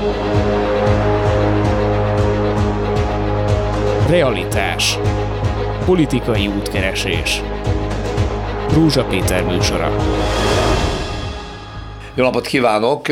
Realitás. Politikai útkeresés. Rózsa Péter műsora. Jó napot kívánok!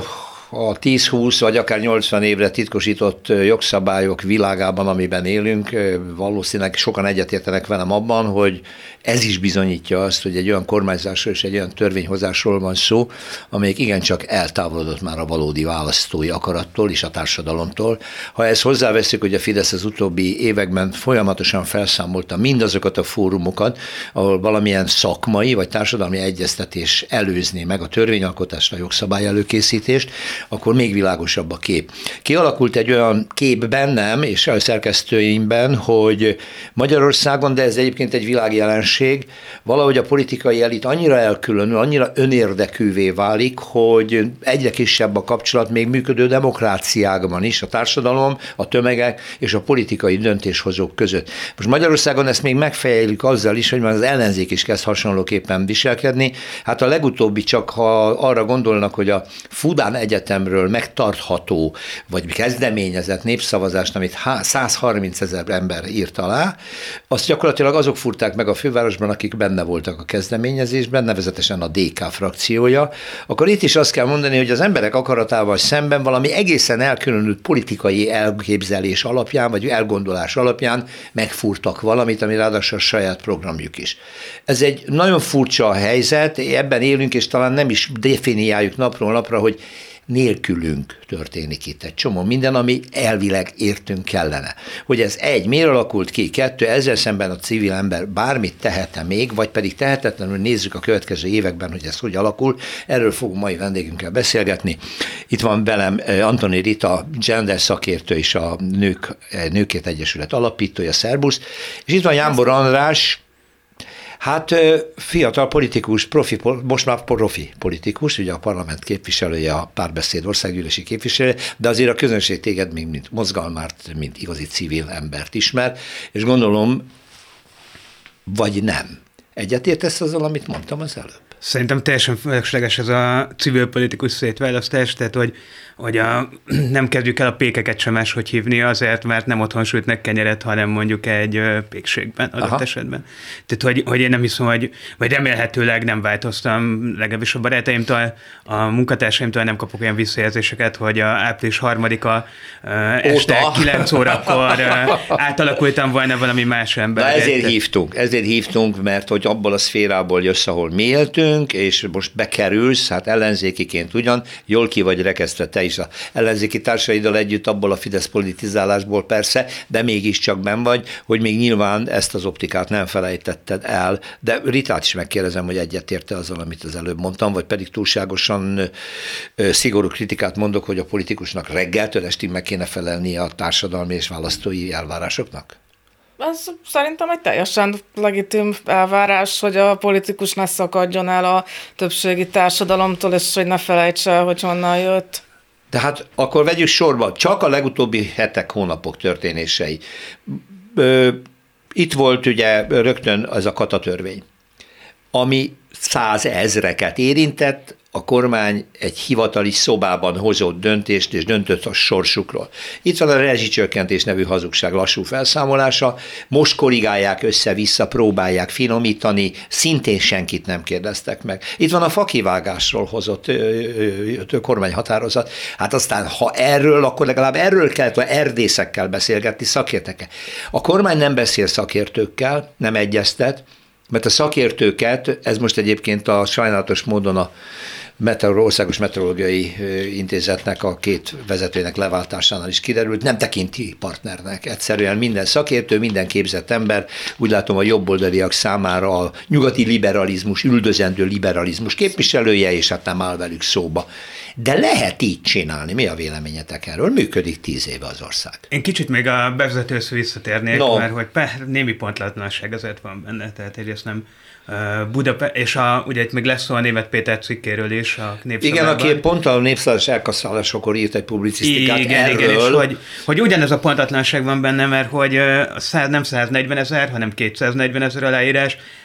A 10-20 vagy akár 80 évre titkosított jogszabályok világában, amiben élünk, valószínűleg sokan egyetértenek velem abban, hogy ez is bizonyítja azt, hogy egy olyan kormányzásról és egy olyan törvényhozásról van szó, amelyik igencsak eltávolodott már a valódi választói akarattól és a társadalomtól. Ha ezt hozzáveszünk, hogy a Fidesz az utóbbi években folyamatosan felszámolta mindazokat a fórumokat, ahol valamilyen szakmai vagy társadalmi egyeztetés előzné meg a törvényalkotást, a jogszabály előkészítést, akkor még világosabb a kép. Kialakult egy olyan kép bennem és a szerkesztőimben, hogy Magyarországon, de ez egyébként egy világjelenség, valahogy a politikai elit annyira elkülönül, annyira önérdekűvé válik, hogy egyre kisebb a kapcsolat még működő demokráciákban is, a társadalom, a tömegek és a politikai döntéshozók között. Most Magyarországon ezt még megfejeljük azzal is, hogy már az ellenzék is kezd hasonlóképpen viselkedni. Hát a legutóbbi csak, ha arra gondolnak, hogy a Fudán Egyetemről megtartható, vagy kezdeményezett népszavazást, amit 130 000 ember írt alá, azt gyakorlatilag azok furták meg a fővárosban, akik benne voltak a kezdeményezésben, nevezetesen a DK frakciója, akkor itt is azt kell mondani, hogy az emberek akaratával szemben valami egészen elkülönült politikai elképzelés alapján, vagy elgondolás alapján megfúrtak valamit, ami ráadásul a saját programjuk is. Ez egy nagyon furcsa helyzet, ebben élünk, és talán nem is definiáljuk napról napra, hogy nélkülünk történik itt egy csomó minden, ami elvileg értünk kellene. Hogy ez miért alakult ki, 2, ezzel szemben a civil ember bármit tehet-e még, vagy pedig tehetetlenül nézzük a következő években, hogy ez hogy alakul. Erről fogunk mai vendégünkkel beszélgetni. Itt van velem Antoni Rita, gender szakértő és a Nőkért Egyesület alapítója, szerbusz, és itt van Jámbor András, hát fiatal politikus, most már profi politikus, ugye a parlament képviselője, a Párbeszéd országgyűlési képviselője, de azért a közönség téged még mint mozgalmárt, mint igazi civil embert ismer, és gondolom, vagy nem. Egyetértesz azzal, amit mondtam az előbb? Szerintem teljesen felesleges ez a civil politikus szétválasztás, tehát hogy nem kezdjük el a pékeket sem máshogy hívni azért, mert nem otthon sütnek kenyeret, hanem mondjuk egy pékségben adott esetben. Tehát, hogy én nem hiszem, vagy remélhetőleg nem változtam, legalábbis a barátaimtól, a munkatársaimtól nem kapok olyan visszajelzéseket, hogy április 3-a este 9 órakor átalakultam volna valami más ember. Na ezért hívtunk, mert hogy abból a szférából jössz, ahol mi éltünk, és most bekerülsz, hát ellenzékiként ugyan, jól ki vagy rekesztve te is a ellenzéki társaiddal együtt abból a Fidesz politizálásból persze, de mégiscsak benn vagy, hogy még nyilván ezt az optikát nem felejtetted el. De Ritát is megkérdezem, hogy egyetérte azzal, amit az előbb mondtam, vagy pedig túlságosan szigorú kritikát mondok, hogy a politikusnak reggeltől estig meg kéne felelnie a társadalmi és választói elvárásoknak? Ez szerintem egy teljesen legitim elvárás, hogy a politikus ne szakadjon el a többségi társadalomtól, és hogy ne felejtse el, hogy honnan jött. De hát akkor vegyük sorba, csak a legutóbbi hetek, hónapok történései. Itt volt ugye rögtön ez a katatörvény, ami 100 000-eket érintett, a kormány egy hivatali szobában hozott döntést, és döntött a sorsukról. Itt van a rezsicsökkentés nevű hazugság lassú felszámolása, most korrigálják össze-vissza, próbálják finomítani, szintén senkit nem kérdeztek meg. Itt van a fakivágásról hozott kormányhatározat, hát aztán ha erről, akkor legalább erről kell, vagy erdészekkel beszélgetni, szakértekkel. A kormány nem beszél szakértőkkel, nem egyeztet, mert a szakértőket, ez most egyébként a sajnálatos módon a Országos Meteorológiai Intézetnek a 2 vezetőnek leváltásánál is kiderült, nem tekinti partnernek. Egyszerűen minden szakértő, minden képzett ember, úgy látom a jobboldaliak számára a nyugati liberalizmus, üldözendő liberalizmus képviselője, és hát nem áll velük szóba. De lehet így csinálni. Mi a véleményetek erről? Működik 10 éve az ország. Én kicsit még a bevezetőhöz visszatérnék, mert hogy némi pontlatlanság azért van benne, tehát hogy ezt nem Budapest, és ugye itt még lesz szó a Németh Péter cikkéről is a Népszavában. Igen, aki pont a népszavazás elkasszálásakor írt egy publicisztikát erről. Igen, és hogy ugyanez a pontatlanság van benne, mert hogy nem 140 000, hanem 240 000 aláírás,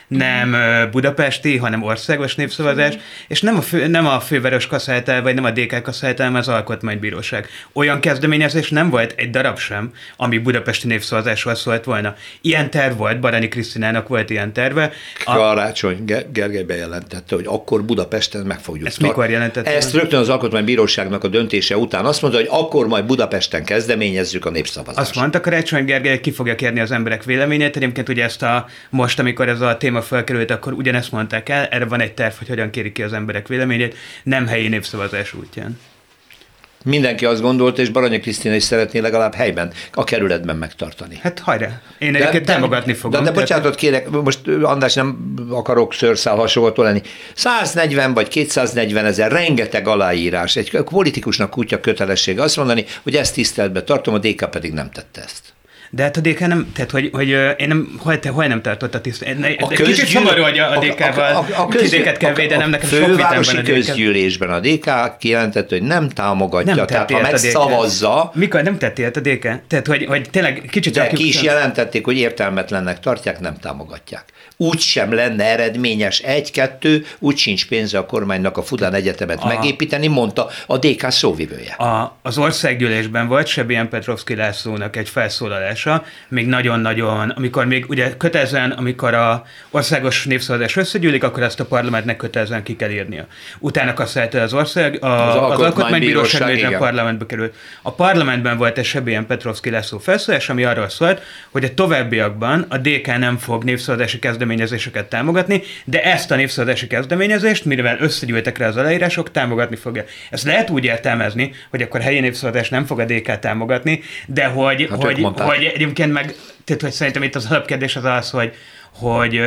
nem budapesti, hanem országos népszavazás, és nem a főváros kasszált el, vagy nem a DK kasszált el, hanem az Alkotmánybíróság. Olyan kezdeményezés nem volt egy darab sem, ami budapesti népszavazásról szólt volna. Ilyen terv volt, Baranyi Krisztinának volt ilyen terve. Karácsony Gergely bejelentette, hogy akkor Budapesten meg fogjuk Ezt mikor jelentette? Ezt rögtön az Alkotmánybíróságnak a döntése után azt mondta, hogy akkor majd Budapesten kezdeményezzük a népszavazást. Azt mondta Karácsony Gergely, ki fogja kérni az emberek véleményét. Egyébként ugye most, amikor ez a téma felkerült, akkor ugyanezt mondták el, erre van egy terv, hogy hogyan kérik ki az emberek véleményét, nem helyi népszavazás útján. Mindenki azt gondolta, és Baranyi Krisztina is szeretné legalább helyben, a kerületben megtartani. Hát hajrá! Én egyébként támogatni fogom. De bocsánatot kérek, most András, nem akarok szőrszál hasonlótól lenni. 140 vagy 240 ezer, rengeteg aláírás. Egy politikusnak kutya kötelessége azt mondani, hogy ezt tiszteletben tartom, a DK pedig nem tette ezt. De hát a DK nem, tehát hogy én nem, hol nem tartott a tisztelet. Kicsit szomorú, hogy a DK-val kizéket kell védenem, nekem sok vitem van a fővárosi közgyűlésben a DK kijelentette, hogy nem támogatja, nem tehát ha megszavazza. Mikor nem tett ilyet a DK? Tehát, hogy tényleg kicsit... De ki is jelentették, hogy értelmetlennek tartják, nem támogatják. Úgy sem lenne eredményes 1-2, úgy sincs pénze a kormánynak a Fudán Egyetemet megépíteni, mondta a DK szóvivője. Az országgyűlésben volt Sebien Petrovszky Lászlónak egy felszólalása, még nagyon-nagyon, amikor még ugye kötelezően, amikor a országos népszavazás összegyűlik, akkor ezt a parlamentnek kötelezően ki kell írnia. Utána kasszálta az Alkotmánybíróság, hogy a parlamentbe került. A parlamentben volt egy Sebien Petrovszky László felszólás, ami arról szólt, hogy a továbbiakban a DK nem fog népszavazási kezdeményezéseket támogatni, de ezt a népszavazási kezdeményezést, mivel összegyűltek rá az aláírások, támogatni fogja. Ezt lehet úgy értelmezni, hogy akkor helyi népszavazás nem fog a DK támogatni, de hogy egyébként meg, tehát hogy szerintem itt az alapkérdés az, hogy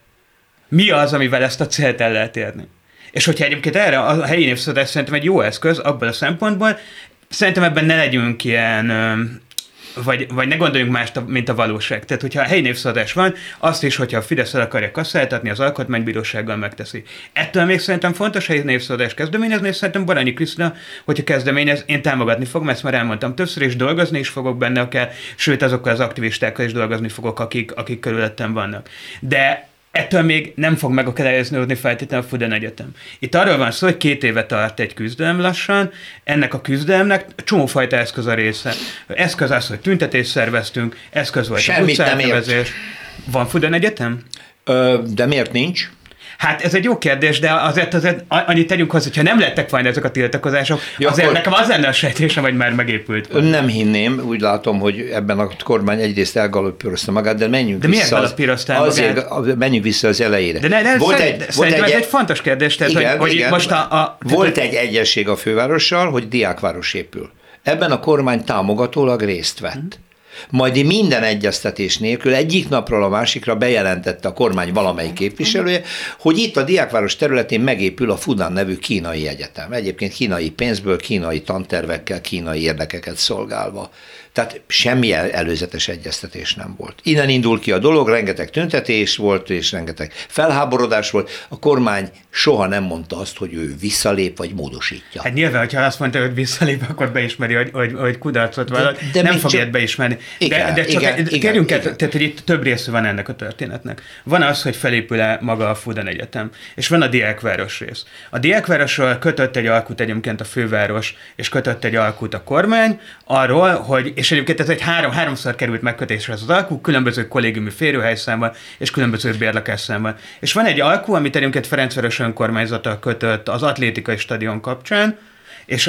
mi az, amivel ezt a célt el lehet érni. És hogyha egyébként erre a helyi népszavazás szerintem egy jó eszköz abban a szempontból, szerintem ebben ne legyünk ilyen... Vagy ne gondoljunk mást, mint a valóság. Tehát, hogyha a helyi népszavazás van, azt is, hogyha a Fidesz el akarja kasszáltatni, az Alkotmánybírósággal megteszi. Ettől még szerintem fontos helyi népszavazás kezdeményezni, és szerintem Baranyi Krisztina, hogyha kezdeményez, én támogatni fogom, ezt már elmondtam többször, és dolgozni is fogok benne akár, sőt azokkal az aktivistákkal is dolgozni fogok, akik körülöttem vannak. De ettől még nem fog megakadályozni feltétlenül a Fudán Egyetem. Itt arról van szó, hogy 2 éve tart egy küzdelem lassan, ennek a küzdelemnek csomófajta eszköz a része. Eszköz az, hogy tüntetést szerveztünk, eszköz volt az utcánevezés. Van Fudán Egyetem? De miért nincs? Hát ez egy jó kérdés, de azért annyit tegyünk hozzá, hogyha nem lettek volna ezek a tiltakozások, azért akkor nekem az lenne a sejtésem, hogy már megépült volna. Nem hinném, úgy látom, hogy ebben a kormány egyrészt elgalappírozta magát, de menjünk vissza. De miért galappíroztál magát? Menjünk vissza az elejére. De szerintem ez egy fontos kérdés. Tehát, igen. Most volt egy egyesség a fővárossal, hogy diákváros épül. Ebben a kormány támogatólag részt vett. Majd minden egyeztetés nélkül egyik napról a másikra bejelentette a kormány valamelyik képviselője, hogy itt a diákváros területén megépül a Fudán nevű kínai egyetem. Egyébként kínai pénzből, kínai tantervekkel, kínai érdekeket szolgálva. Tehát semmi előzetes egyeztetés nem volt. Innen indul ki a dolog, rengeteg tüntetés volt, és rengeteg felháborodás volt. A kormány soha nem mondta azt, hogy ő visszalép, vagy módosítja. Hát nyilván, hogyha azt mondta, hogy visszalép, akkor beismeri, hogy kudarcot vállalt. Nem fog ilyet beismerni. De csak kérjünk el, tehát, hogy itt több része van ennek a történetnek. Van az, hogy felépül-e maga a Fudán Egyetem, és van a diákváros rész. A diákvárosról kötött egy alkut egyébként a főváros, és kötött egy alkut a kormány arról, hogy és egyébként ez egy háromszor került megkötésre az alkú, különböző kollégiumi férőhelyszámmal és különböző bérlakásszámmal. És van egy alkú, amit egyébként Ferencváros önkormányzata kötött az atlétikai stadion kapcsán, és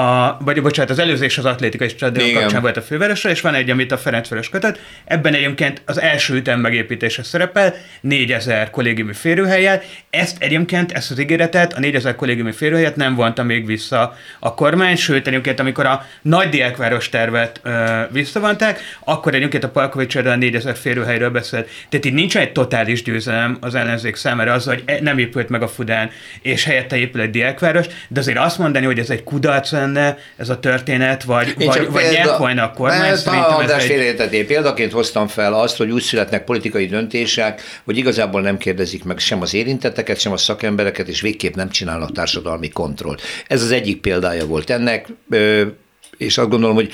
az előző és az atlétikai stadion kapcsán volt a fővárosra, és van egy, amit a Ferencváros kötött. Ebben egyébként az első ütem megépítése szerepel, 4000 kollégiumi férőhellyel. Ezt az ígéretet, a 4000 kollégiumi férőhelyet nem vonta még vissza a kormány, sőt egyébként amikor a nagy diákváros tervet visszavonták, akkor egyébként a Palkovics erről a 4000 férőhelyről beszélt. Tehát itt nincs egy totális győzelem az ellenzék számára az, hogy nem épült meg a Fudán, és helyette épül egy diákváros, de azért azt mondani, hogy ez egy kudarc lenne ez a történet, vagy nyert volna a kormány. András félreértettél. Példaként hoztam fel azt, hogy úgy születnek politikai döntések, hogy igazából nem kérdezik meg sem az érintetteket, sem a szakembereket, és végképp nem csinálnak társadalmi kontrollt. Ez az egyik példája volt ennek, és azt gondolom, hogy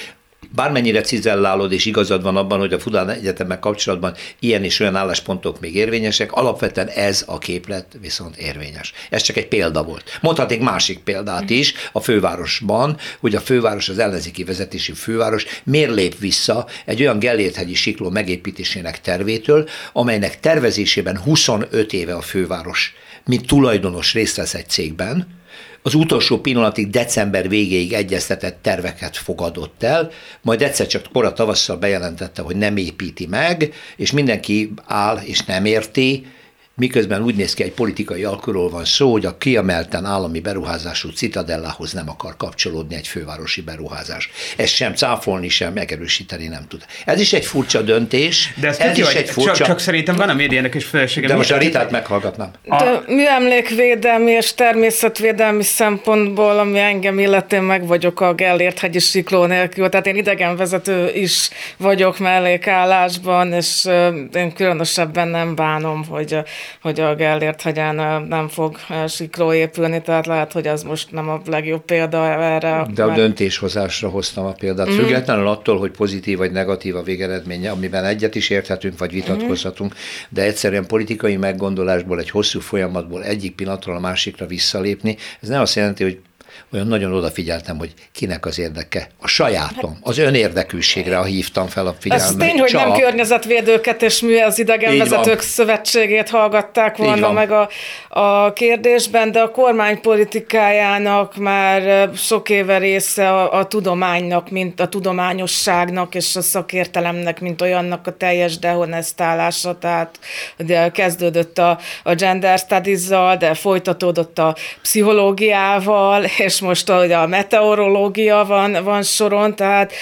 bármennyire cizellálod, és igazad van abban, hogy a Fudán Egyetemmel kapcsolatban ilyen és olyan álláspontok még érvényesek, alapvetően ez a képlet viszont érvényes. Ez csak egy példa volt. Mondhatnék másik példát is a fővárosban, hogy a főváros, az ellenzéki vezetésű főváros miért lép vissza egy olyan Gellért-hegyi sikló megépítésének tervétől, amelynek tervezésében 25 éve a főváros, mint tulajdonos részt vesz egy cégben, az utolsó pillanatig december végéig egyeztetett terveket fogadott el, majd egyszer csak kora tavasszal bejelentette, hogy nem építi meg, és mindenki áll és nem érti, miközben úgy néz ki, egy politikai alkuról van szó, hogy a kiemelten állami beruházású Citadellához nem akar kapcsolódni egy fővárosi beruházás. Ezt sem cáfolni, sem megerősíteni nem tud. Ez is egy furcsa döntés. De ez is egy furcsa... Csak szerintem van a médiának is felelőssége. De most a Ritát meghallgatnám. De műemlékvédelmi és természetvédelmi szempontból, ami engem illet, én meg vagyok a Gellért-hegyi sikló nélkül, tehát én idegenvezető is vagyok mellékállásban, és én különösebben nem bánom, hogy a Gellért-hegyen nem fog sikló épülni, tehát lehet, hogy ez most nem a legjobb példa erre. De a döntéshozásra hoztam a példát. Függetlenül attól, hogy pozitív vagy negatív a végeredménye, amiben egyet is érthetünk, vagy vitatkozhatunk, de egyszerűen politikai meggondolásból, egy hosszú folyamatból egyik pillanatról a másikra visszalépni, ez nem azt jelenti, hogy olyan nagyon odafigyeltem, hogy kinek az érdeke. A sajátom, az önérdekűségre hívtam fel a figyelmet. Ez tény, hogy nem környezetvédőket és az idegenvezetők szövetségét hallgatták volna meg a kérdésben, de a kormány politikájának már sok éve része a tudománynak, mint a tudományosságnak és a szakértelemnek, mint olyannak a teljes dehonestálása. Tehát de kezdődött a gender studies-zal, de folytatódott a pszichológiával, és most a meteorológia van soron, tehát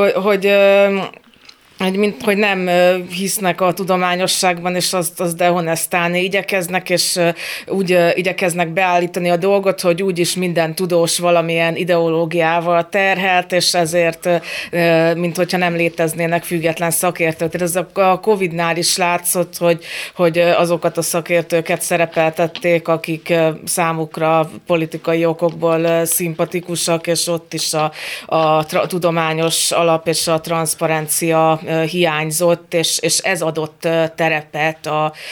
hogy nem hisznek a tudományosságban, és azt dehonestálni igyekeznek, és úgy igyekeznek beállítani a dolgot, hogy úgyis minden tudós valamilyen ideológiával terhelt, és ezért, mint hogyha nem léteznének független szakértők. Tehát ez a Covid-nál is látszott, hogy azokat a szakértőket szerepeltették, akik számukra politikai okokból szimpatikusak, és ott is a tudományos alap és a transzparencia hiányzott, és ez adott terepet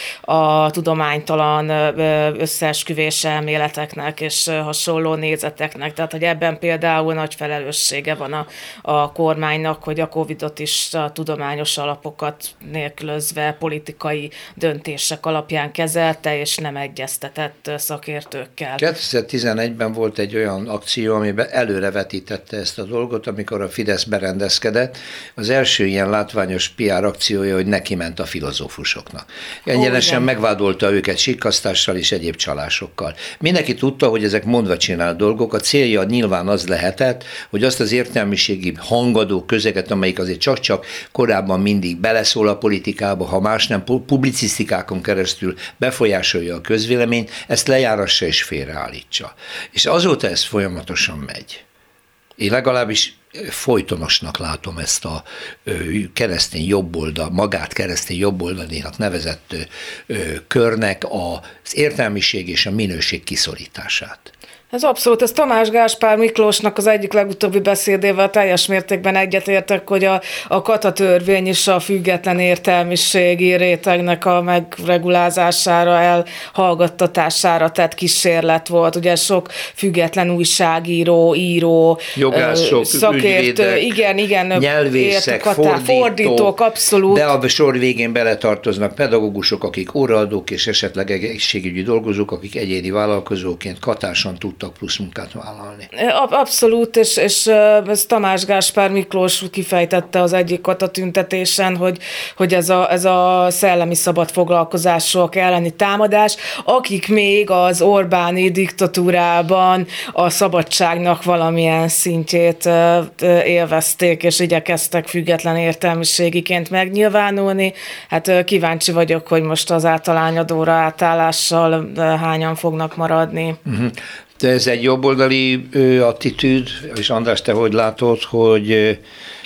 a tudománytalan összeesküvés elméleteknek és hasonló nézeteknek. Tehát, hogy ebben például nagy felelőssége van a kormánynak, hogy a Covidot is a tudományos alapokat nélkülözve politikai döntések alapján kezelte, és nem egyeztetett szakértőkkel. 2011-ben volt egy olyan akció, amiben előrevetítette ezt a dolgot, amikor a Fidesz berendezkedett. Az első ilyen látványos PR akciója, hogy neki ment a filozófusoknak. Egyenesen megvádolta őket sikkasztással és egyéb csalásokkal. Mindenki tudta, hogy ezek mondva csinált dolgok, a célja nyilván az lehetett, hogy azt az értelmiségi hangadó közeget, amelyik azért csak korábban mindig beleszól a politikába, ha más nem, publicisztikákon keresztül befolyásolja a közvéleményt, ezt lejárassa és félreállítsa. És azóta ez folyamatosan megy. Én legalábbis folytonosnak látom ezt a keresztény jobboldal, magát keresztény jobboldalinak nevezett körnek az értelmiség és a minőség kiszorítását. Ez abszolút, ez Tamás Gáspár Miklósnak az egyik legutóbbi beszédével teljes mértékben egyetértek, hogy a katatörvény is a független értelmiségi rétegnek a megregulázására, elhallgattatására tett kísérlet volt. Ugye sok független újságíró, író, jogászok, szakértő, igen, nyelvészek, fordítók, abszolút. De a sor végén beletartoznak pedagógusok, akik óraadók, és esetleg egészségügyi dolgozók, akik egyéni vállalkozóként katásan tudtak plusz munkát vállalni. Abszolút, és ez Tamás Gáspár Miklós kifejtette az egyik katatüntetésen, hogy ez a szellemi szabad foglalkozások elleni támadás, akik még az Orbáni diktatúrában a szabadságnak valamilyen szintjét élvezték, és igyekeztek független értelmiségiként megnyilvánulni. Hát kíváncsi vagyok, hogy most az általányadóra átállással hányan fognak maradni. Uh-huh. De ez egy jobboldali attitűd, és András, te hogy látod, hogy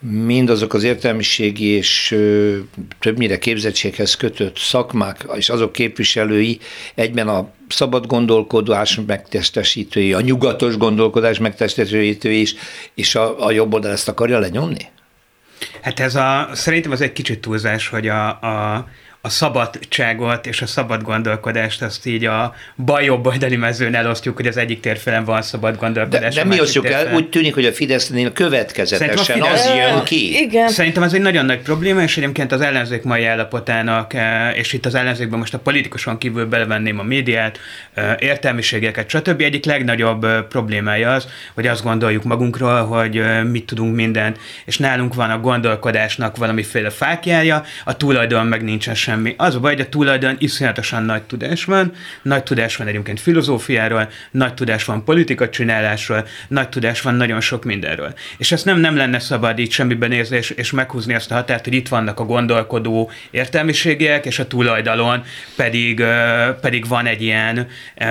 mindazok az értelmiségi és többnyire képzettséghez kötött szakmák és azok képviselői egyben a szabad gondolkodás megtestesítői, a nyugatos gondolkodás megtestesítői is, és a jobb oldal ezt akarja lenyomni? Hát szerintem az egy kicsit túlzás, hogy a szabadságot és a szabad gondolkodást azt így a bal-jobb oldali mezőn elosztjuk, hogy az egyik térfélen van szabad gondolkodás. De mi osztjuk el? Úgy tűnik, hogy a Fidesznél következetesen az jön ki. Igen. Szerintem ez egy nagyon nagy probléma, és egyébként az ellenzék mai állapotának, és itt az ellenzékben most a politikuson kívül belevenném a médiát, értelmiségeket, stb. Egyik legnagyobb problémája az, hogy azt gondoljuk magunkról, hogy mit tudunk mindent, és nálunk van a gondolkodásnak valamiféle fáklyája, a tulajdon meg nincsen semmi. Az a baj, hogy a tulajdon iszonyatosan nagy tudás van egyébként filozófiáról, nagy tudás van politika csinálásról, nagy tudás van nagyon sok mindenről. És ezt nem lenne szabad így semmiben nézni, és meghúzni azt a határt, hogy itt vannak a gondolkodó értelmiségiek, és a tulajdalon pedig van egy ilyen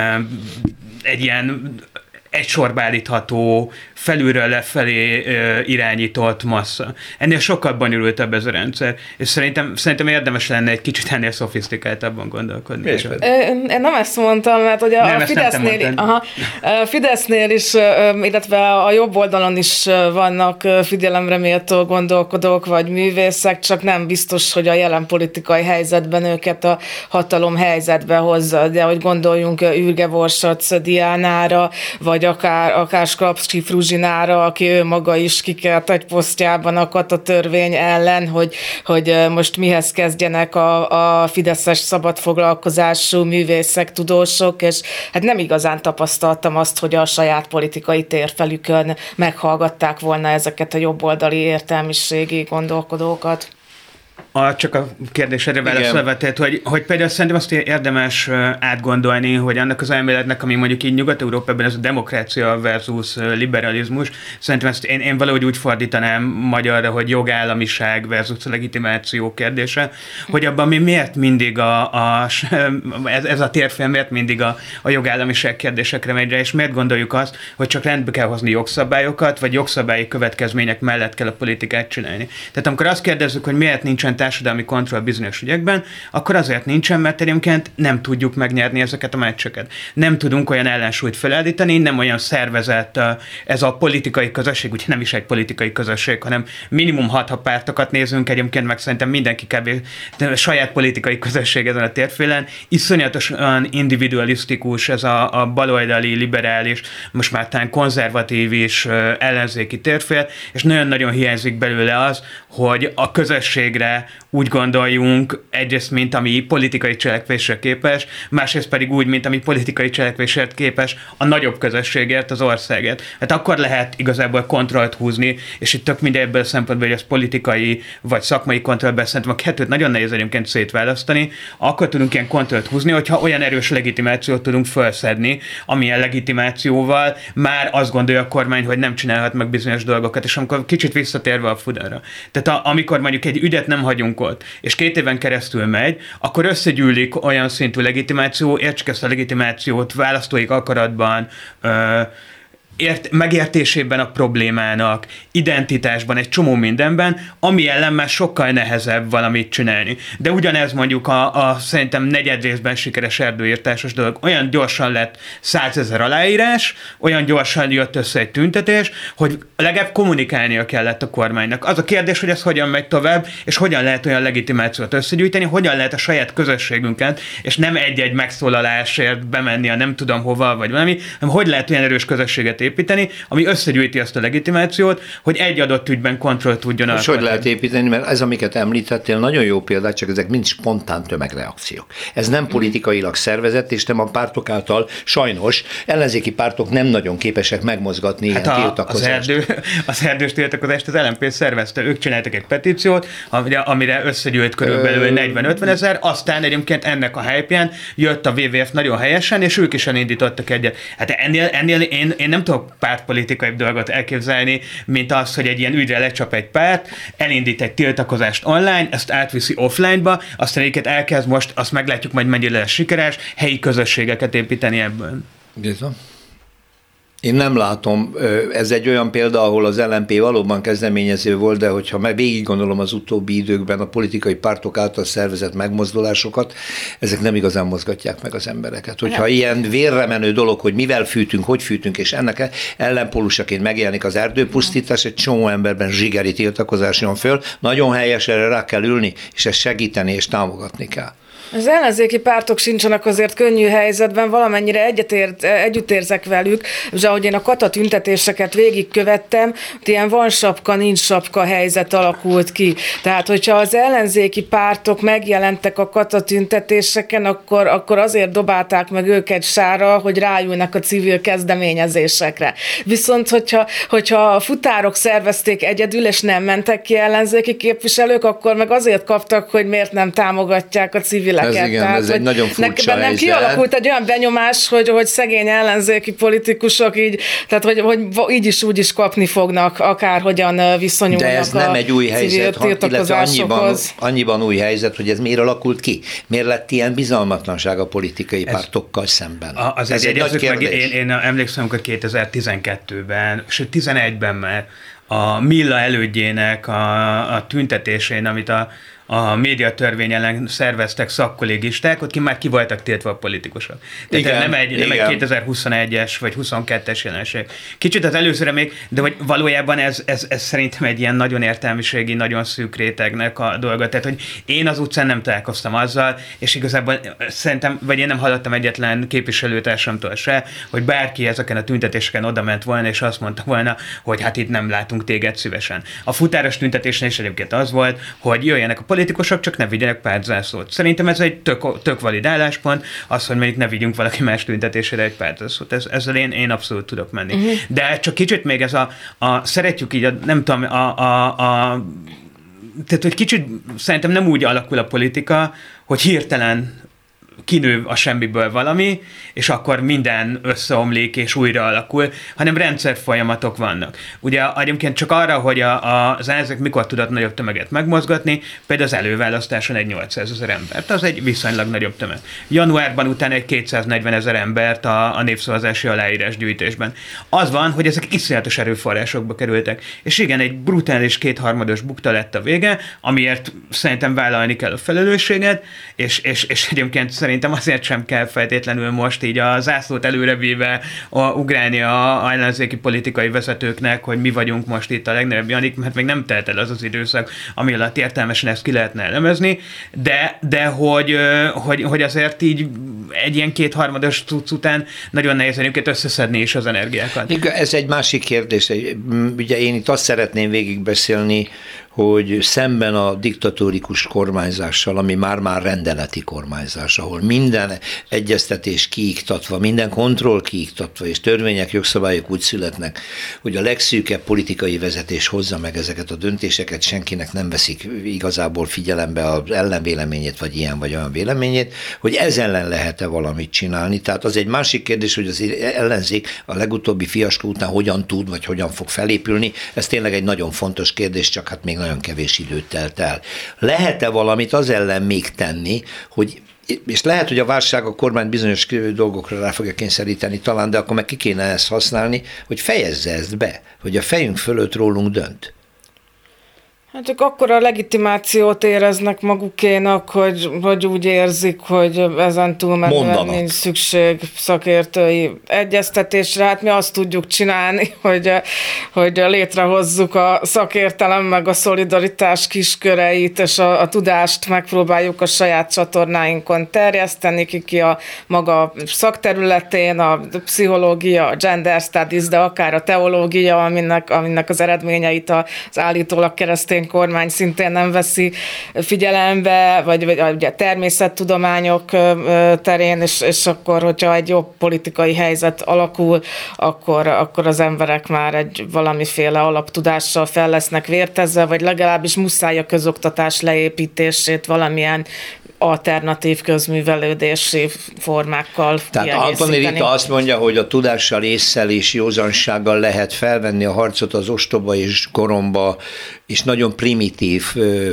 egy sorba állítható, felülről lefelé irányított massza. Ennél sokkal bonyolultabb ez a rendszer, és szerintem érdemes lenne egy kicsit ennél szofisztikáltabban gondolkodni. Én nem ezt mondtam, mert hogy a Fidesznél is, illetve a jobb oldalon is vannak figyelemre méltó gondolkodók vagy művészek, csak nem biztos, hogy a jelen politikai helyzetben őket a hatalom helyzetbe hozza, de hogy gondoljunk Ürge Vorsac Diánára, vagy akár Skrapski Fruzsinára, aki ő maga is kikelt egy posztjában a Kata törvény ellen, hogy most mihez kezdjenek a fideszes szabadfoglalkozású művészek, tudósok, és hát nem igazán tapasztaltam azt, hogy a saját politikai térfelükön meghallgatták volna ezeket a jobboldali értelmiségi gondolkodókat. Csak a kérdésedre válaszolva, tehát, hogy például szerintem azt érdemes átgondolni, hogy annak az elméletnek, ami mondjuk így Nyugat-Európában ez a demokrácia versus liberalizmus, szerintem ezt én valahogy úgy fordítanám magyarra, hogy jogállamiság versus legitimáció kérdése, hogy abban mi miért mindig ez a térfél miért mindig a jogállamiság kérdésekre megy rá, és miért gondoljuk azt, hogy csak rendbe kell hozni jogszabályokat, vagy jogszabályi következmények mellett kell a politikát csinálni. Tehát amikor azt kérdezzük, hogy miért nincsen társadalmi kontroll bizonyos ügyekben, akkor azért nincsen, mert egyébként nem tudjuk megnyerni ezeket a meccseket. Nem tudunk olyan ellensúlyt felállítani, nem olyan szervezett ez a politikai közösség, úgyhogy nem is egy politikai közösség, hanem minimum 6 pártokat nézünk, egyébként meg szerintem mindenki kb. Saját politikai közösség ezen a térfélen. Iszonyatosan individualisztikus ez a baloldali, liberális, most már talán konzervatív is ellenzéki térfél, és nagyon-nagyon hiányzik belőle az, hogy a közösségre úgy gondoljunk, egyrészt, mint ami politikai cselekvésre képes, másrészt pedig úgy, mint ami politikai cselekvésre képes a nagyobb közösségért, az országért. Hát akkor lehet igazából kontrollt húzni, és itt tök mindegy ebből a szempontból, hogy ez politikai vagy szakmai kontrollban szerintem a kettőt nagyon nehéz egyébként szétválasztani, akkor tudunk ilyen kontrollt húzni, hogyha olyan erős legitimációt tudunk felszedni, amilyen legitimációval már azt gondolja a kormány, hogy nem csinálhat meg bizonyos dolgokat, és amikor kicsit visszatérve a Fudára. Tehát amikor mondjuk egy ügyet nem hagyunk ott, és 2 éven keresztül megy, akkor összegyűlik olyan szintű legitimáció, értsük ezt a legitimációt választóik akaratban, megértésében a problémának, identitásban, egy csomó mindenben, ami ellen már sokkal nehezebb valamit csinálni. De ugyanez mondjuk a szerintem negyed részben sikeres erdőírtásos dolog. Olyan gyorsan lett 100 000 aláírás, olyan gyorsan jött össze egy tüntetés, hogy legalább kommunikálnia kellett a kormánynak. Az a kérdés, hogy ez hogyan megy tovább, és hogyan lehet olyan legitimációt összegyűjteni, hogyan lehet a saját közösségünket, és nem egy-egy megszólalásért bemenni a nem tudom hova, vagy valami, hanem hogy lehet olyan erős közösséget építeni, ami összegyűjti azt a legitimációt, hogy egy adott ügyben kontrollt tudjon alkotni. Hogy lehet építeni, mert ez, amiket említettél, nagyon jó példák, csak ezek mind spontán tömegreakciók. Ez nem politikailag szervezett, és nem a pártok által, sajnos, ellenzéki pártok nem nagyon képesek megmozgatni ilyen tiltakozást. Az erdős tiltakozást az LMP szervezte, ők csináltak egy petíciót, amire összegyűlt körülbelül 40-50 ezer, aztán egyébként ennek a hype-ján jött a WWF nagyon helyesen, és ők is elindítottak egyet. Hát ennél én nem tudok pártpolitikai dolgot elképzelni, mint az, hogy egy ilyen ügyre lecsap egy párt, elindít egy tiltakozást online, ezt átviszi offline-ba, aztán egyiket elkezd most, azt meglátjuk majd mennyire lesz sikeres, helyi közösségeket építeni ebből. Bizony. Én nem látom, ez egy olyan példa, ahol az LMP valóban kezdeményező volt, de hogyha meg végig gondolom az utóbbi időkben a politikai pártok által szervezett megmozdulásokat, ezek nem igazán mozgatják meg az embereket. Hogyha ilyen vérre menő dolog, hogy mivel fűtünk, hogy fűtünk, és ennek ellenpólusaként megjelenik az erdőpusztítás, egy csomó emberben zsigeri tiltakozás jön föl, nagyon helyes, erre rá kell ülni, és ezt segíteni és támogatni kell. Az ellenzéki pártok sincsenek azért könnyű helyzetben, valamennyire együtt érzek velük, és ahogy én a kata tüntetéseket végigkövettem, ilyen van sapka, nincs sapka helyzet alakult ki. Tehát, hogyha az ellenzéki pártok megjelentek a kata tüntetéseken, akkor azért dobálták meg őket sára, hogy rájulnak a civil kezdeményezésekre. Viszont, hogyha a futárok szervezték egyedül, és nem mentek ki ellenzéki képviselők, akkor meg azért kaptak, hogy miért nem támogatják a civileket. Ez igen, tehát, ez egy nagyon furcsa helyzet. Kialakult egy olyan benyomás, hogy szegény ellenzéki politikusok így, tehát hogy így is úgy is kapni fognak, akárhogyan viszonyulnak. De ez nem egy új helyzet, illetve annyiban új helyzet, hogy ez miért alakult ki? Miért lett ilyen bizalmatlanság a politikai pártokkal szemben? Ez egy nagy kérdés. Én emlékszem, hogy 2012-ben, sőt 2011-ben már a Milla elődjének a tüntetésén, amit a médiatörvény ellen szerveztek szakkollégisták, ott már ki voltak tiltva a politikusok. Tehát igen, nem egy 2021-es vagy 22-es jelenség. Kicsit az előzőre még, de hogy valójában ez szerintem egy ilyen nagyon értelmiségi, nagyon szűk rétegnek a dolga. Tehát, hogy én az utcán nem találkoztam azzal, és igazából szerintem, vagy én nem hallottam egyetlen képviselőtársamtól se, hogy bárki ezeken a tüntetéseken oda ment volna, és azt mondta volna, hogy hát itt nem látunk téged szívesen. A futáros tüntetésen is egyébként az volt, hogy jöjjenek a politikusok, csak ne vigyenek pártzászlót. Szerintem ez egy tök valid álláspont, az, hogy mondjuk ne vigyünk valaki más tüntetésére egy pártzászlót. Ezzel én abszolút tudok menni. Uh-huh. De csak kicsit még ez szeretjük így, nem tudom, tehát, hogy kicsit szerintem nem úgy alakul a politika, hogy hirtelen kinő a semmiből valami, és akkor minden összeomlik és újra alakul, hanem rendszerfolyamatok vannak. Ugye egyébként csak arra, hogy az ellenzék mikor tudott nagyobb tömeget megmozgatni, például az előválasztáson egy 800 000 embert, az egy viszonylag nagyobb tömeg. Januárban utána egy 240 000 embert a népszavazási aláírásgyűjtésben. Az van, hogy ezek iszonyatos erőforrásokba kerültek. És igen, egy brutális 2/3 bukta lett a vége, amiért szerintem vállalni kell a felelősséget, és egyébként szerintem azért sem kell feltétlenül most így a zászlót előrevéve ugrálni a ellenzéki politikai vezetőknek, hogy mi vagyunk most itt a legnagyobb Janik, mert még nem telt el az az időszak, ami alatt értelmesen ezt ki lehetne elemezni, de hogy azért így egy ilyen 2/3 cucc után nagyon nehéz egyébként összeszedni is az energiákat. Ez egy másik kérdés. Ugye én itt azt szeretném végigbeszélni, hogy szemben a diktatórikus kormányzással, ami már rendeleti kormányzás, ahol minden egyeztetés kiiktatva, minden kontroll kiiktatva, és törvények, jogszabályok úgy születnek, hogy a legszűkebb politikai vezetés hozza meg ezeket a döntéseket, senkinek nem veszik igazából figyelembe az ellenvéleményét, vagy ilyen vagy olyan véleményét, hogy ez ellen lehet-e valamit csinálni. Tehát az egy másik kérdés, hogy az ellenzék a legutóbbi fiaskó után hogyan tud, vagy hogyan fog felépülni. Ez tényleg egy nagyon fontos kérdés, csak hát még nagyon kevés időt telt el. Lehet-e valamit az ellen még tenni, hogy és lehet, hogy a válság a kormány bizonyos dolgokra rá fogja kényszeríteni talán, de akkor meg ki kéne ezt használni, hogy fejezze ezt be, hogy a fejünk fölött rólunk dönt. Hát ők akkora legitimációt éreznek magukénak, hogy úgy érzik, hogy ezen túlmenően nincs szükség szakértői egyeztetésre. Hát mi azt tudjuk csinálni, hogy létrehozzuk a szakértelem meg a szolidaritás kisköreit, és a tudást megpróbáljuk a saját csatornáinkon terjeszteni, ki a maga szakterületén, a pszichológia, a gender studies, de akár a teológia, aminek az eredményeit az állítólag keresztény kormány szintén nem veszi figyelembe, vagy ugye természettudományok terén, és akkor, hogyha egy jobb politikai helyzet alakul, akkor az emberek már egy valamiféle alaptudással fel lesznek vértezve, vagy legalábbis muszáj a közoktatás leépítését valamilyen alternatív közművelődési formákkal Tehát Antoni Rita azt mondja, hogy a tudással, ésszel és józansággal lehet felvenni a harcot az ostoba és goromba és nagyon primitív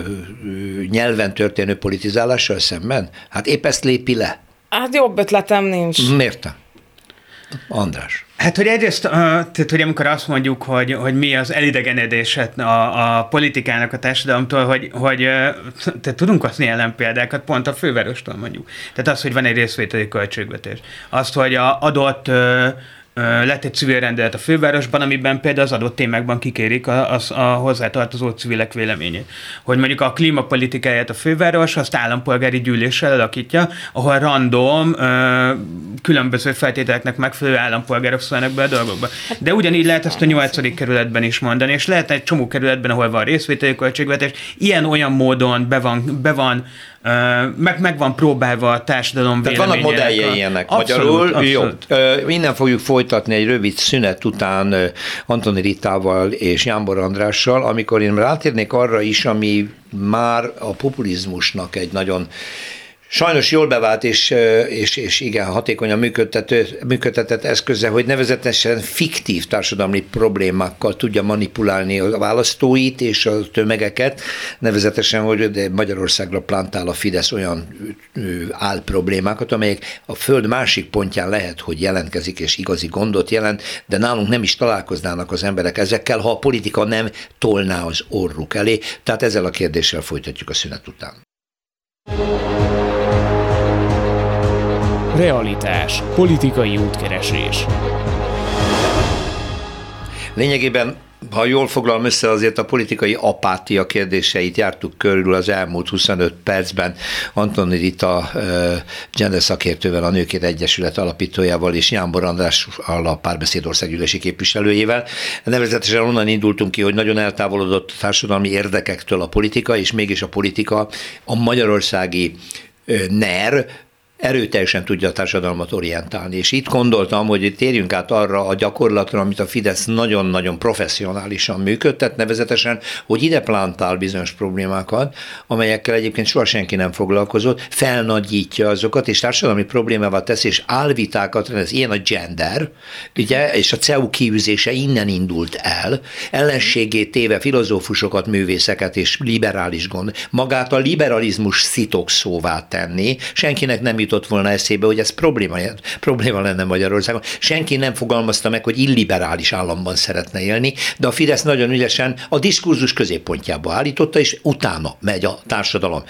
nyelven történő politizálással szemben? Hát épp ezt lépi le. Hát jobb ötletem nincs. Miért? András. Hát, hogy egyrészt, tehát, hogy amikor azt mondjuk, hogy mi az elidegenedéset a politikának, a társadalomtól, hogy tehát tudunk hozni ellenpéldákat, pont a fővárostól mondjuk. Tehát az, hogy van egy részvételi költségvetés. Azt, hogy adott lett egy civil rendelet a fővárosban, amiben például az adott témákban kikérik a hozzátartozó civilek véleményét. Hogy mondjuk a klímapolitikáját a főváros azt állampolgári gyűléssel alakítja, ahol random, különböző feltételeknek megfelelő állampolgárok szólnak be a dolgokba. De ugyanígy lehet ezt a 8. kerületben is mondani, és lehet egy csomó kerületben, ahol van részvételi költségvetés, ilyen-olyan módon meg van próbálva a társadalom véleményének. Tehát vannak modelljei ennek magyarul. Abszolút. Jó. Innen fogjuk folytatni egy rövid szünet után Antoni Ritával és Jámbor Andrással, amikor én rátérnék arra is, ami már a populizmusnak egy nagyon sajnos jól bevált és igen hatékonyan működtetett eszköze, hogy nevezetesen fiktív társadalmi problémákkal tudja manipulálni a választóit és a tömegeket, nevezetesen, hogy Magyarországra plántál a Fidesz olyan álproblémákat, amelyek a föld másik pontján lehet, hogy jelentkezik és igazi gondot jelent, de nálunk nem is találkoznának az emberek ezekkel, ha a politika nem tolná az orruk elé. Tehát ezzel a kérdéssel folytatjuk a szünet után. Realitás. Politikai útkeresés. Lényegében, ha jól foglalom össze, azért a politikai apátia kérdéseit jártuk körül az elmúlt 25 percben Antoni Rita gender szakértővel, a Nőkért Egyesület alapítójával és Jámbor Andrással, a Párbeszéd országgyűlési képviselőjével. Nevezetesen onnan indultunk ki, hogy nagyon eltávolodott a társadalmi érdekektől a politika, és mégis a politika a magyarországi NER erőteljesen tudja a társadalmat orientálni. És itt gondoltam, hogy térjünk át arra a gyakorlatra, amit a Fidesz nagyon-nagyon professzionálisan működtet, nevezetesen, hogy ide plántál bizonyos problémákat, amelyekkel egyébként soha senki nem foglalkozott, felnagyítja azokat, és társadalmi problémával tesz, és álvitákat rendez. Ilyen a gender, ugye, és a CEU kiűzése innen indult el, ellenségét téve filozófusokat, művészeket és liberális gond, magát a liberalizmus szitokszóvá tenni, senkinek nem jutott volna eszébe, hogy ez probléma lenne Magyarországon. Senki nem fogalmazta meg, hogy illiberális államban szeretne élni, de a Fidesz nagyon ügyesen a diskurzus középpontjába állította, és utána megy a társadalom.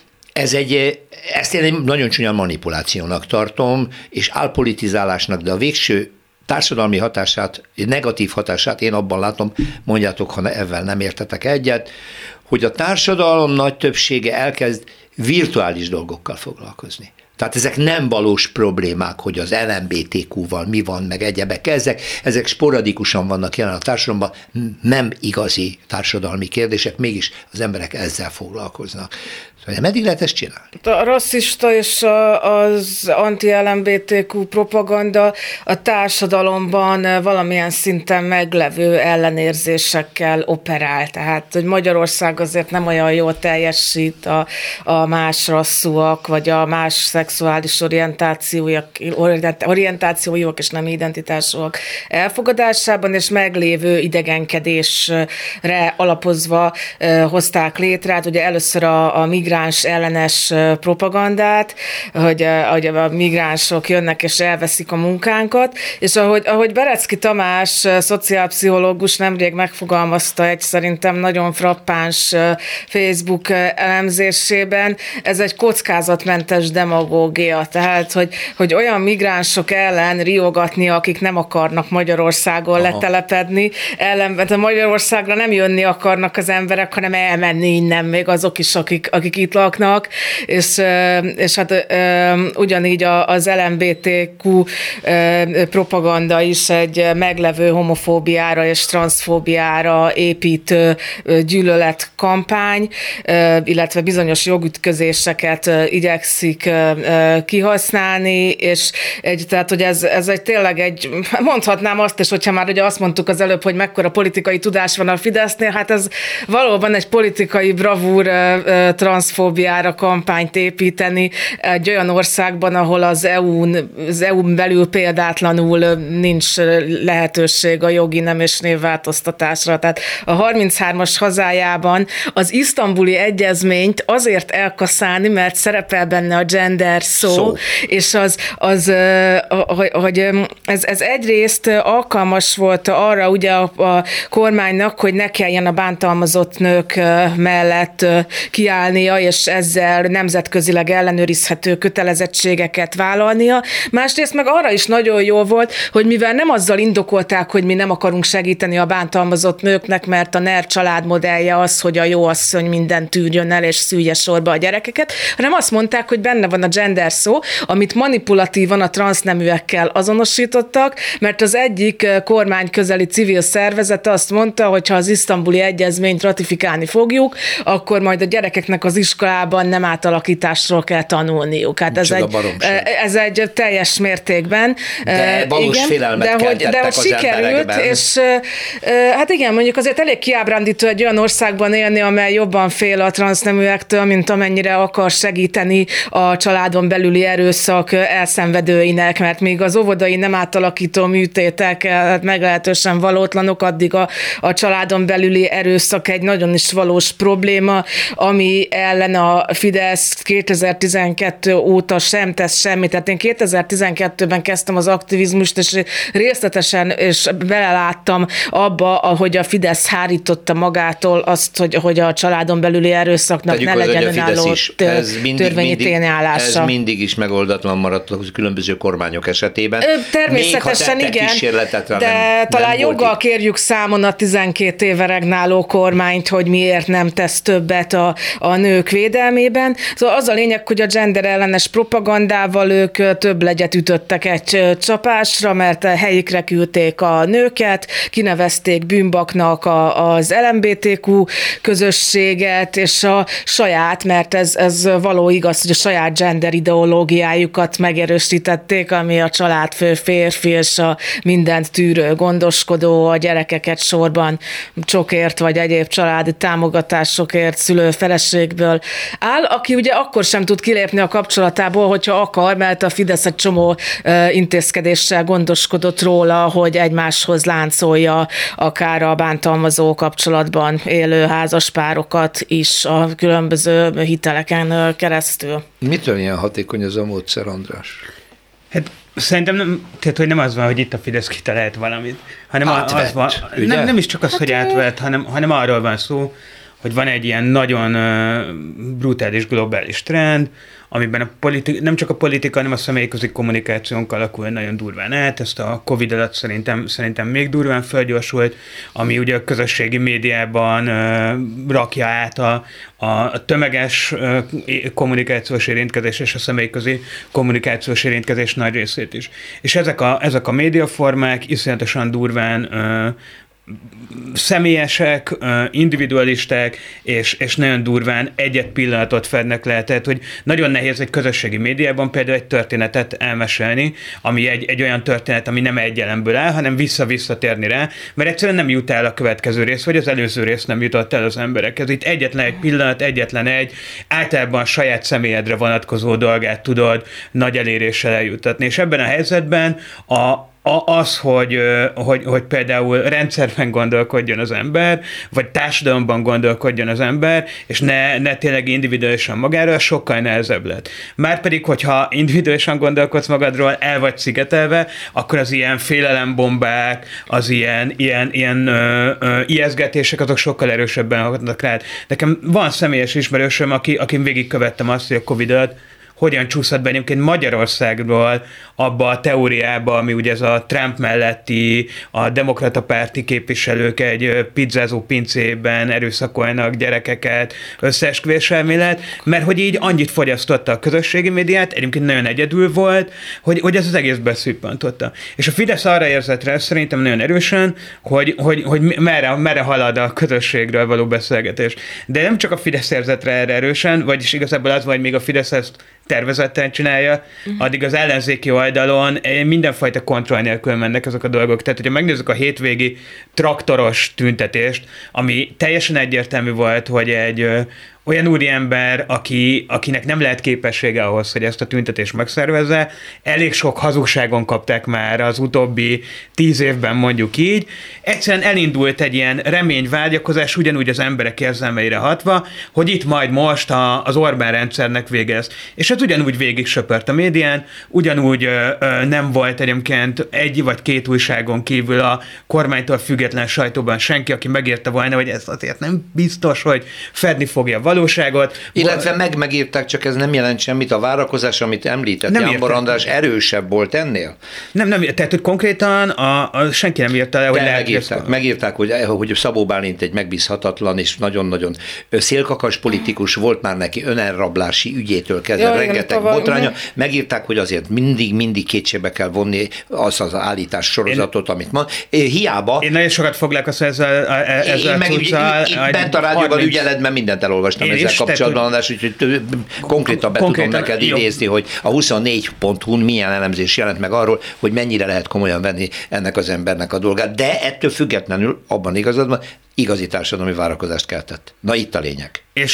Ezt én egy nagyon csúnya manipulációnak tartom, és álpolitizálásnak, de a végső társadalmi hatását, negatív hatását én abban látom, mondjátok, ha ezzel nem értetek egyet, hogy a társadalom nagy többsége elkezd virtuális dolgokkal foglalkozni. Tehát ezek nem valós problémák, hogy az LMBTQ-val mi van, meg egyebek. Ezek sporadikusan vannak jelen a társadalomban, nem igazi társadalmi kérdések, mégis az emberek ezzel foglalkoznak. Szóval meddig lehet ezt csinálni? A rasszista és az anti-LMBTQ propaganda a társadalomban valamilyen szinten meglevő ellenérzésekkel operál. Tehát, hogy Magyarország azért nem olyan jól teljesít a más rasszúak, vagy a más szexuális orientációjúak és nem identitásúak elfogadásában, és meglévő idegenkedésre alapozva hozták létre. Hát ugye először a migráns ellenes propagandát, hogy a migránsok jönnek és elveszik a munkánkat, és ahogy Berecki Tamás szociálpszichológus nemrég megfogalmazta egy szerintem nagyon frappáns Facebook elemzésében, ez egy kockázatmentes demagógia, tehát hogy olyan migránsok ellen riogatni, akik nem akarnak Magyarországon letelepedni, ellenben Magyarországra nem jönni akarnak az emberek, hanem elmenni innen, még azok is, akik itt laknak, és hát ugyanígy az LMBTQ propaganda is egy meglevő homofóbiára és transzfóbiára építő gyűlöletkampány, illetve bizonyos jogütközéseket igyekszik kihasználni, és tehát, hogy ez egy tényleg mondhatnám azt is, hogyha már ugye azt mondtuk az előbb, hogy mekkora politikai tudás van a Fidesznél, hát ez valóban egy politikai bravúr transzfóbiára kampányt építeni egy olyan országban, ahol az EU-n belül példátlanul nincs lehetőség a jogi nem és névváltoztatásra. Tehát a 33-as hazájában az isztambuli egyezményt azért elkaszálni, mert szerepel benne a gender gender szó. És ez egyrészt alkalmas volt arra ugye a kormánynak, hogy ne kelljen a bántalmazott nők mellett kiállnia, és ezzel nemzetközileg ellenőrizhető kötelezettségeket vállalnia. Másrészt meg arra is nagyon jó volt, hogy mivel nem azzal indokolták, hogy mi nem akarunk segíteni a bántalmazott nőknek, mert a NER családmodellje az, hogy a jó asszony mindent tűrjön el, és szülje sorba a gyerekeket, hanem azt mondták, hogy benne van a gender szó, amit manipulatívan a transzneműekkel azonosítottak, mert az egyik kormányközeli civil szervezet azt mondta, hogy ha az isztambuli egyezményt ratifikálni fogjuk, akkor majd a gyerekeknek az iskolában nem átalakításról kell tanulniuk. Hát ez egy teljes mértékben. De valós félelmet keltettek az sikerült, és hát igen, mondjuk azért elég kiábrándító egy olyan országban élni, amely jobban fél a transzneműektől, mint amennyire akar segíteni a családon belüli erőszak elszenvedőinek, mert még az óvodai nem átalakító műtétek meglehetősen valótlanok, addig a családon belüli erőszak egy nagyon is valós probléma, ami ellen a Fidesz 2012 óta sem tesz semmit. Tehát én 2012-ben kezdtem az aktivizmust, és részletesen és beleláttam abba, ahogy a Fidesz hárította magától azt, hogy a családon belüli erőszaknak ne legyen önálló törvényi tényállása. Ez mindig is megoldatlan maradt a különböző kormányok esetében. Természetesen igen, de talán joggal kérjük számon a 12 éve regnáló kormányt, hogy miért nem tesz többet a nők védelmében. Szóval az a lényeg, hogy a gender ellenes propagandával ők több legyet ütöttek egy csapásra, mert helyikre küldték a nőket, kinevezték bűnbaknak az LMBTQ közösséget, és a saját, mert ez való igaz, hogy a saját gender ideológiájukat megerősítették, ami a családfő férfi és a mindent tűrő gondoskodó, a gyerekeket sorban csokért vagy egyéb családi támogatásokért szülő feleségből áll, aki ugye akkor sem tud kilépni a kapcsolatából, hogyha akar, mert a Fidesz egy csomó intézkedéssel gondoskodott róla, hogy egymáshoz láncolja akár a bántalmazó kapcsolatban élő házaspárokat is a különböző hiteleken keresztül. Mitől ilyen hatékony ez a módszer, András? Hát szerintem nem, tehát, hogy nem az van, hogy itt a Fidesz kitalált valamit, hanem az van, nem is csak az, hogy átvett, hanem arról van szó, hogy van egy ilyen nagyon brutális globális trend, amiben nem csak a politika, hanem a személyközi kommunikációnk alakul nagyon durván át, ezt a Covid alatt szerintem még durván felgyorsult, ami ugye a közösségi médiában rakja át a tömeges kommunikációs érintkezés és a személyközi kommunikációs érintkezés nagy részét is. És ezek a médiaformák iszonyatosan durván személyesek, individualisták, és nagyon durván egy pillanatot fednek le. Tehát, hogy nagyon nehéz egy közösségi médiában például egy történetet elmesélni, ami egy olyan történet, ami nem egy elemből áll, hanem visszatérni rá, mert egyszerűen nem jut el a következő rész, vagy az előző rész nem jutott el az emberekhez. Itt egyetlen egy pillanat, általában a saját személyedre vonatkozó dolgát tudod nagy eléréssel eljutatni. És ebben a helyzetben az, hogy például rendszerben gondolkodjon az ember, vagy társadalomban gondolkodjon az ember, és ne tényleg individuálisan magáról, sokkal nehezebb lett. Márpedig, hogyha individuálisan gondolkodsz magadról, el vagy szigetelve, akkor az ilyen félelembombák, az ilyen ijesztgetések, azok sokkal erősebben hatnak rád. Nekem van személyes ismerősöm, akin végigkövettem azt, hogy a Covid-at hogyan csúszott be egyébként Magyarországról abba a teóriába, ami ugye ez a Trump melletti, a demokrata párti képviselők egy pizzázó pincében erőszakolnak gyerekeket, összeesküvés elmélet, mert hogy így annyit fogyasztotta a közösségi médiát, egyébként nagyon egyedül volt, hogy ez az egész beszüppantotta. És a Fidesz arra érzett rá, szerintem nagyon erősen, hogy merre halad a közösségről való beszélgetés. De nem csak a Fidesz érzett rá erre erősen, vagyis igazából az van, hogy még a Fidesz ezt tervezetten csinálja, addig az ellenzéki oldalon mindenfajta kontroll nélkül mennek ezek a dolgok. Tehát, hogyha megnézzük a hétvégi traktoros tüntetést, ami teljesen egyértelmű volt, hogy olyan úriember, akinek nem lehet képessége ahhoz, hogy ezt a tüntetést megszervezze. Elég sok hazugságon kapták már az utóbbi 10 évben, mondjuk így. Egyszerűen elindult egy ilyen reményvágyakozás, ugyanúgy az emberek érzelmeire hatva, hogy itt majd most az Orbán rendszernek végez. És ez ugyanúgy végig söpört a médián, ugyanúgy nem volt egyébként egy vagy két újságon kívül a kormánytól független sajtóban senki, aki megírta volna, hogy ez azért nem biztos, hogy fedni fogja a valóságot. Illetve megírták, csak ez nem jelent semmit. A várakozás, amit említett Jámbor András, erősebb volt ennél? Nem, tehát hogy konkrétan senki nem írta le, hogy lehet. Megírták, hogy Szabó Bálint egy megbízhatatlan és nagyon-nagyon szélkakas politikus, volt már neki önelrablási ügyétől kezdve rengeteg botránya. Megírták, hogy azért mindig kétségbe kell vonni az állítás sorozatot, amit mond. Hiába. Én nagyon sokat foglalkozom ezzel a cuccal. Bent a rádióban ügyeledben mindent elolvastam ezzel kapcsolatban, úgyhogy konkrétan tudom neked idézni, hogy a 24.hu-n milyen elemzés jelent meg arról, hogy mennyire lehet komolyan venni ennek az embernek a dolgát. De ettől függetlenül abban igazad van, igazi társadalmi várakozást keltett. Na itt a lényeg. És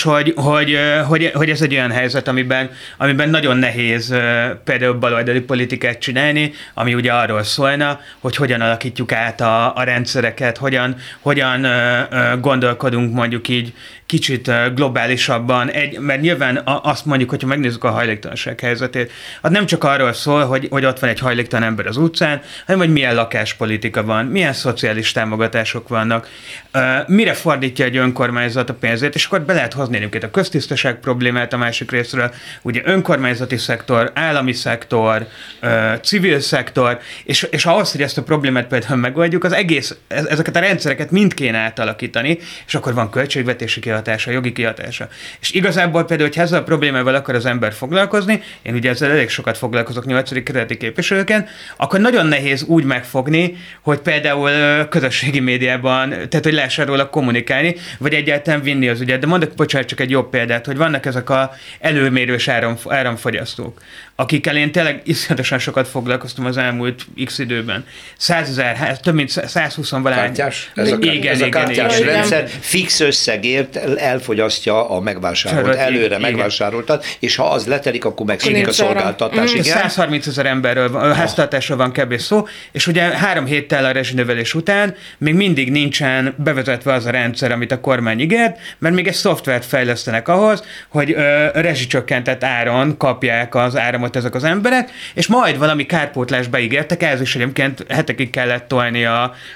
hogy ez egy olyan helyzet, amiben nagyon nehéz például baloldali politikát csinálni, ami ugye arról szólna, hogy hogyan alakítjuk át a rendszereket, hogyan gondolkodunk mondjuk így kicsit globálisabban, mert nyilván azt mondjuk, hogyha megnézzük a hajléktalanság helyzetét, az nem csak arról szól, hogy ott van egy hajléktalan ember az utcán, hanem hogy milyen lakáspolitika van, milyen szociális támogatások vannak, mire fordítja egy önkormányzat a pénzét, és akkor be lehet hozni egyébként a köztisztaság problémát a másik részről, ugye önkormányzati szektor, állami szektor, civil szektor, és ahhoz, hogy ezt a problémát például megoldjuk, az egész, ezeket a rendszereket mind kéne átalakítani, és akkor van költségvetési kihatása, jogi kihatása. És igazából például, hogy ezzel a problémával akar az ember foglalkozni, én ugye ezzel elég sokat foglalkozok 8. kerületi képviselőként, akkor nagyon nehéz úgy megfogni, hogy például közösségi médiában, tehát hogy lehessen róla kommunikálni, vagy egyáltalán vinni az ügyet. De mondok, bocsánat, csak egy jobb példát, hogy vannak ezek a előmérős áramfogyasztók, akikkel én tényleg iszonyatosan sokat foglalkoztam az elmúlt x időben. 100 000, több mint 120 valány. Kártyás? Ez a kártyás rendszer fix összegért elfogyasztja a megvásárolt, előre megvásároltat, és ha az letelik, akkor megszűnik a szolgáltatás. 130 000 emberről, háztartásról van kevés szó, és ugye 3 héttel a rezsinövelés után még mindig nincsen bevezetve az a rendszer, amit a kormány ígért, mert még egy szoftvert fejlesztenek ahhoz, hogy rezsicsökkentett áron kapják az áramot ezek az emberek, és majd valami kárpótlást beígértek, ez is egyébként hetekig kellett tolni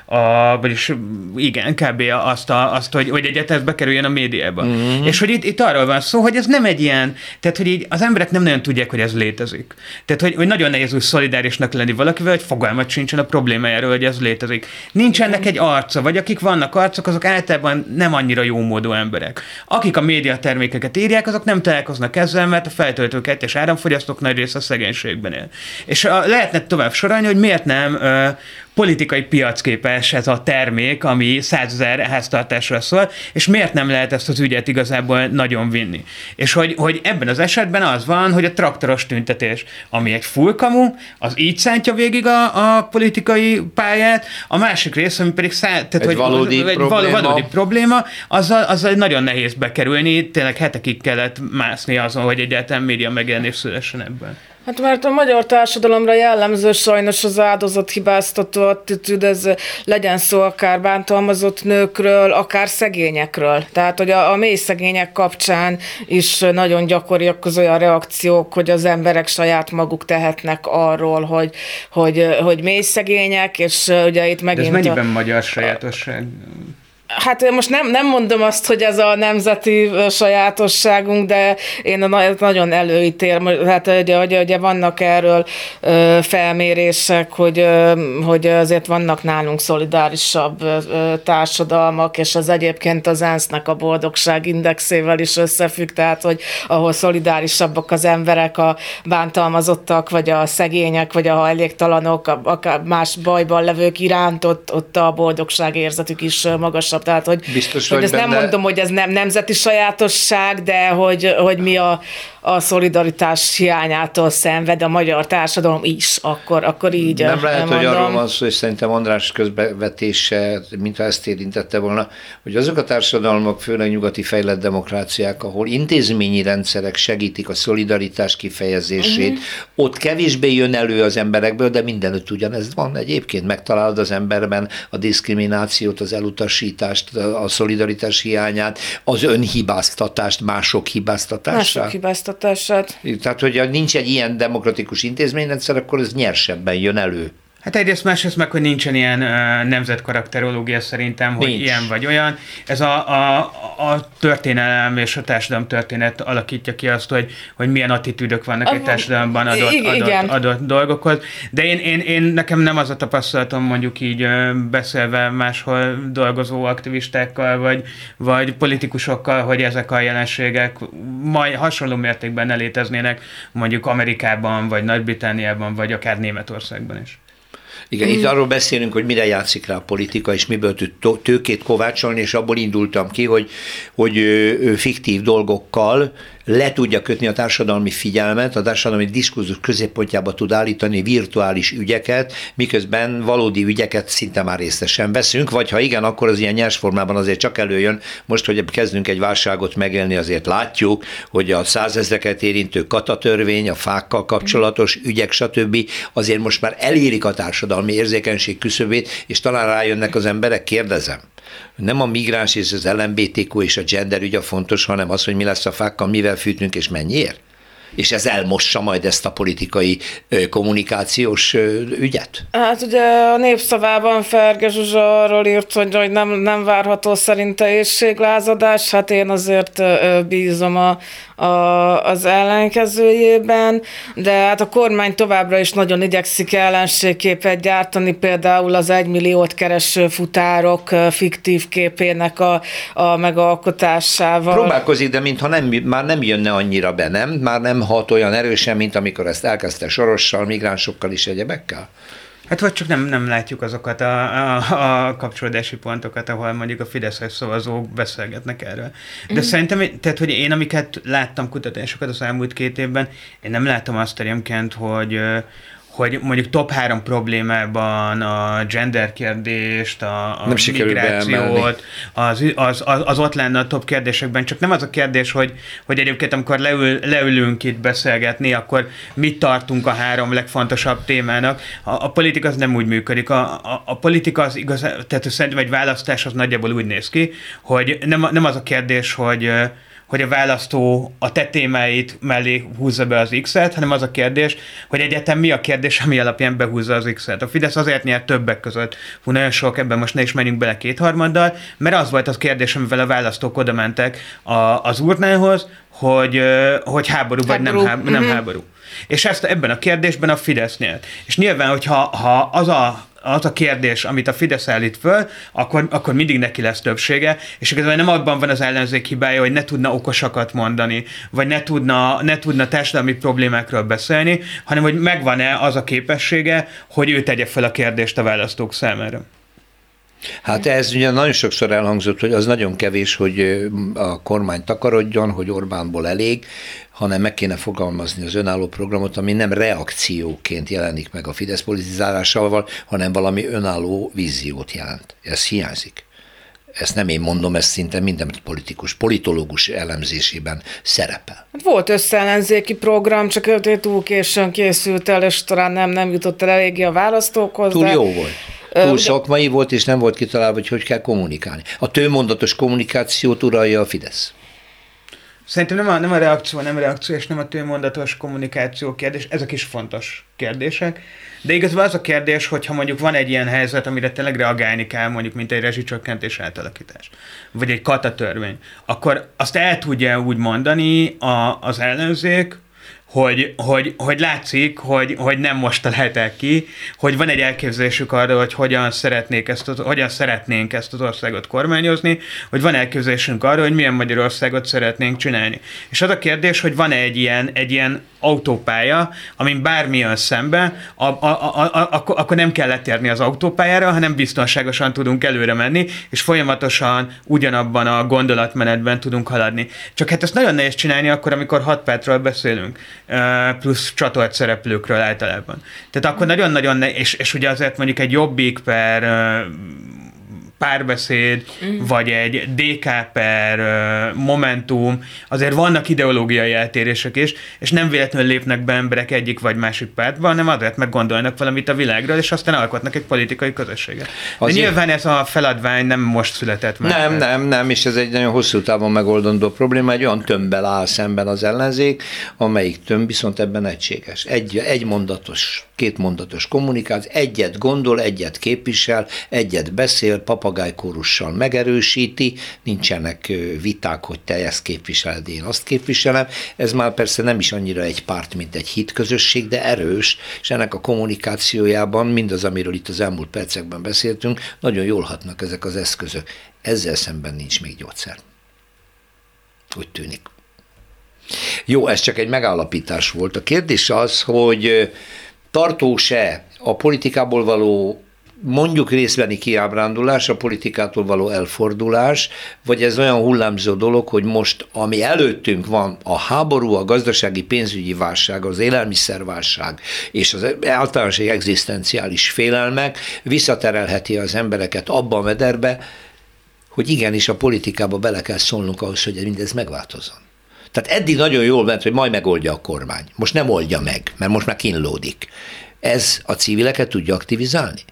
vagyis igen, kb. azt hogy egyáltalán bekerüljön a médiába. Mm-hmm. És hogy itt arról van szó, hogy ez nem egy ilyen, tehát hogy így az emberek nem nagyon tudják, hogy ez létezik. Tehát, hogy nagyon nehéz úgy szolidárisnak lenni valakivel, hogy fogalmat sincsen a problémájáról, hogy ez létezik. Nincs ennek egy arca, vagy akik vannak arcok, azok általában nem annyira jómódú emberek. Akik a médiatermékeket írják, azok nem találkoznak ezzel, mert a feltöltőket és áramfogyasztók nagy része a szegénységben él. És lehetne tovább sorolni, hogy miért nem politikai piacképes ez a termék, ami 100 000 háztartásra szól, és miért nem lehet ezt az ügyet igazából nagyon vinni. És hogy ebben az esetben az van, hogy a traktoros tüntetés, ami egy full kamu, az így szántja végig a politikai pályát, a másik rész, ami pedig egy valódi probléma, azzal nagyon nehéz bekerülni, tényleg hetekig kellett mászni azon, hogy egyáltalán média megjelenés szülessen ebben. Hát mert a magyar társadalomra jellemző sajnos az áldozathibáztató attitűd, ez legyen szó akár bántalmazott nőkről, akár szegényekről. Tehát, hogy a mély szegények kapcsán is nagyon gyakoriak az olyan reakciók, hogy az emberek saját maguk tehetnek arról, hogy mély szegények, és ugye itt megint... De ez mennyiben magyar sajátosság? Hát én most nem mondom azt, hogy ez a nemzeti sajátosságunk, de én nagyon előítél, hát ugye vannak erről felmérések, hogy azért vannak nálunk szolidárisabb társadalmak, és az egyébként az ENSZ-nek a boldogság indexével is összefügg, tehát hogy ahol szolidárisabbak az emberek, a bántalmazottak, vagy a szegények, vagy a hajléktalanok, akár más bajban levők iránt, ott a boldogság érzetük is magasabb. Tehát, hogy ezt nem mondom, hogy ez nem nemzeti sajátosság, de hogy mi a szolidaritás hiányától szenved a magyar társadalom is, akkor így nem lehet, mondom. hogy arról van szó, és szerintem András közbevetése, mintha ezt érintette volna, hogy azok a társadalmak, főleg nyugati fejlett demokráciák, ahol intézményi rendszerek segítik a szolidaritás kifejezését, ott kevésbé jön elő az emberekből, de mindenütt ugyanez van. Egyébként megtalálod az emberben a diszkriminációt, az elutasítást, a szolidaritás hiányát, az önhibáztatást, mások hibáztatását. Tehát, hogy nincs egy ilyen demokratikus intézményrendszer, akkor ez nyersebben jön elő. Hát egyrészt, másrészt meg, hogy nincsen ilyen nemzetkarakterológia szerintem, hogy nincs. Ilyen vagy olyan. Ez a történelem és a társadalom történet alakítja ki azt, hogy milyen attitűdök vannak egy társadalomban adott dolgokhoz. De én nekem nem az a tapasztalatom, mondjuk így beszélve máshol dolgozó aktivistákkal, vagy politikusokkal, hogy ezek a jelenségek majd hasonló mértékben ne léteznének mondjuk Amerikában, vagy Nagy-Britanniában, vagy akár Németországban is. Igen, itt arról beszélünk, hogy mire játszik rá a politika, és miből tud tőkét kovácsolni, és abból indultam ki, hogy fiktív dolgokkal le tudja kötni a társadalmi figyelmet, a társadalmi diskurzus középpontjába tud állítani virtuális ügyeket, miközben valódi ügyeket szinte már részesen veszünk, vagy ha igen, akkor az ilyen nyers formában azért csak előjön. Most, hogy kezdünk egy válságot megélni, azért látjuk, hogy a 100 000-eket érintő katatörvény, a fákkal kapcsolatos ügyek, stb. Azért most már elérik a társadalmi érzékenység küszöbét, és talán rájönnek az emberek, kérdezem. Nem a migráns és az LMBTQ és a gender ügy a fontos, hanem az, hogy mi lesz a fákkal, mivel fűtünk és mennyiért? És ez elmossa majd ezt a politikai kommunikációs ügyet? Hát ugye a Népszavában Ferge Zsuzsa arról írt, hogy nem várható szerinte éhséglázadás, hát én azért bízom az ellenkezőjében, de hát a kormány továbbra is nagyon igyekszik ellenségképet gyártani, például az 1 milliót kereső futárok fiktív képének a megalkotásával. Próbálkozik, de mintha már nem jönne annyira be, nem? Már nem hat olyan erősen, mint amikor ezt elkezdte Sorossal, migránsokkal és egyebekkel? Hát vagy csak nem látjuk azokat a kapcsolódási pontokat, ahol mondjuk a fideszes szavazók beszélgetnek erről. De szerintem, tehát, hogy én amiket láttam kutatásokat az elmúlt 2 évben, én nem látom azt egyébként, hogy mondjuk top 3 problémában a gender kérdést, a migrációt, az ott lenne a top kérdésekben. Csak nem az a kérdés, hogy egyébként amikor leülünk itt beszélgetni, akkor mit tartunk a 3 legfontosabb témának. A politika az nem úgy működik. A politika az igaz, tehát szerintem egy választás az nagyjából úgy néz ki, hogy nem az a kérdés, hogy a választó a te témáit mellé húzza be az X-et, hanem az a kérdés, hogy egyáltalán mi a kérdés, ami alapján behúzza az X-et. A Fidesz azért nyert többek között, nagyon sok, ebben most ne is menjünk bele 2/3, mert az volt az kérdés, amivel a választók oda mentek az urnához, hogy háború vagy nem háború. És ezt ebben a kérdésben a Fidesz nyert. És nyilván, hogyha az a kérdés, amit a Fidesz állít föl, akkor mindig neki lesz többsége, és igazából nem abban van az ellenzék hibája, hogy ne tudna okosakat mondani, vagy ne tudna társadalmi problémákról beszélni, hanem hogy megvan-e az a képessége, hogy ő tegye fel a kérdést a választók számára. Hát ez ugye nagyon sokszor elhangzott, hogy az nagyon kevés, hogy a kormány takarodjon, hogy Orbánból elég, hanem meg kéne fogalmazni az önálló programot, ami nem reakcióként jelenik meg a Fidesz politizálásával, hanem valami önálló víziót jelent. Ez hiányzik. Ezt nem én mondom, ez szinte minden politológus elemzésében szerepel. Volt összeellenzéki program, csak túl későn készült el, és talán nem jutott el eléggé a választókhoz. Túl jó volt. Túl szakmai volt, és nem volt kitalálva, hogy kell kommunikálni. A tőmondatos kommunikációt uralja a Fidesz. Szerintem nem a reakció, és nem a tőmondatos kommunikáció kérdés, ezek is fontos kérdések, de igazából az a kérdés, hogyha mondjuk van egy ilyen helyzet, amire tényleg reagálni kell, mondjuk mint egy rezsicsökkentés átalakítás, vagy egy katatörvény, akkor azt el tudja úgy mondani az ellenzék, hogy látszik, hogy nem most találták ki, hogy van egy elképzelésük arra, hogy hogyan szeretnénk ezt az országot kormányozni, hogy van elképzelésünk arra, hogy milyen Magyarországot szeretnénk csinálni. És az a kérdés, hogy van egy ilyen autópálya, amin bármilyen szembe, akkor nem kell letérni az autópályára, hanem biztonságosan tudunk előre menni, és folyamatosan ugyanabban a gondolatmenetben tudunk haladni. Csak hát ezt nagyon nehéz csinálni akkor, amikor 6 pártról beszélünk, plusz csatolt szereplőkről általában. Tehát akkor nagyon-nagyon nehéz, és ugye azért mondjuk egy Jobbik per Párbeszéd, vagy egy DK per Momentum, azért vannak ideológiai eltérések is, és nem véletlenül lépnek be emberek egyik vagy másik pártba, hanem azért meggondolnak valamit a világról, és aztán alkotnak egy politikai közösséget. De nyilván ez a feladvány nem most született meg. Nem, és ez egy nagyon hosszú távon megoldandó probléma, egy olyan tömbbel áll szemben az ellenzék, amelyik tömb viszont ebben egységes. Egy mondatos, 2 mondatos kommunikáció, egyet gondol, egyet képvisel, egyet beszél, papagájkórussal megerősíti, nincsenek viták, hogy te ezt képviseled, én azt képviselem. Ez már persze nem is annyira egy párt, mint egy hitközösség, de erős, és ennek a kommunikációjában mindaz, amiről itt az elmúlt percekben beszéltünk, nagyon jól hatnak ezek az eszközök. Ezzel szemben nincs még gyógyszer. Úgy tűnik. Jó, ez csak egy megállapítás volt. A kérdés az, hogy tartós-e a politikából való mondjuk részbeni kiábrándulás, a politikától való elfordulás, vagy ez olyan hullámzó dolog, hogy most, ami előttünk van, a háború, a gazdasági pénzügyi válság, az élelmiszerválság és az általános egzisztenciális félelmek visszaterelheti az embereket abba a mederbe, hogy igenis a politikába bele kell szólnunk ahhoz, hogy mindez megváltozzon. Tehát eddig nagyon jól ment, hogy majd megoldja a kormány. Most nem oldja meg, mert most már kínlódik. Ez a civileket tudja aktivizálni?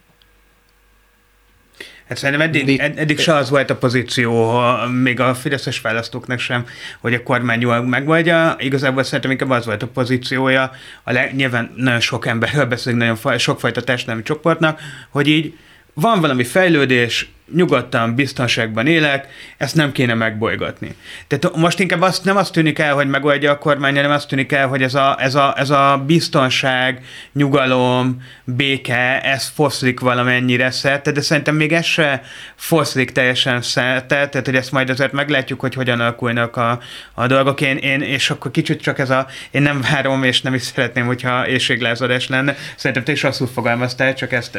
Hát szerintem eddig se az volt a pozíció, még a fideszes választóknak sem, hogy a kormány jól megoldja. Igazából szerintem inkább az volt a pozíciója, nyilván nagyon sok emberről beszélünk, nagyon sokfajta társadalmi csoportnak, hogy így van valami fejlődés, nyugodtan, biztonságban élek, ezt nem kéne megbolygatni. Tehát most inkább nem azt tűnik el, hogy megoldja a kormány, hanem azt tűnik el, hogy ez a biztonság, nyugalom, béke, ez foszlik valamennyire szerte, de szerintem még ez se foszlik teljesen szerte, tehát hogy ezt majd azért meglátjuk, hogy hogyan alakulnak a dolgok. És akkor kicsit csak én nem várom, és nem is szeretném, hogyha éhséglázadás lenne. Szerintem te is rosszul fogalmaztál, csak ezt...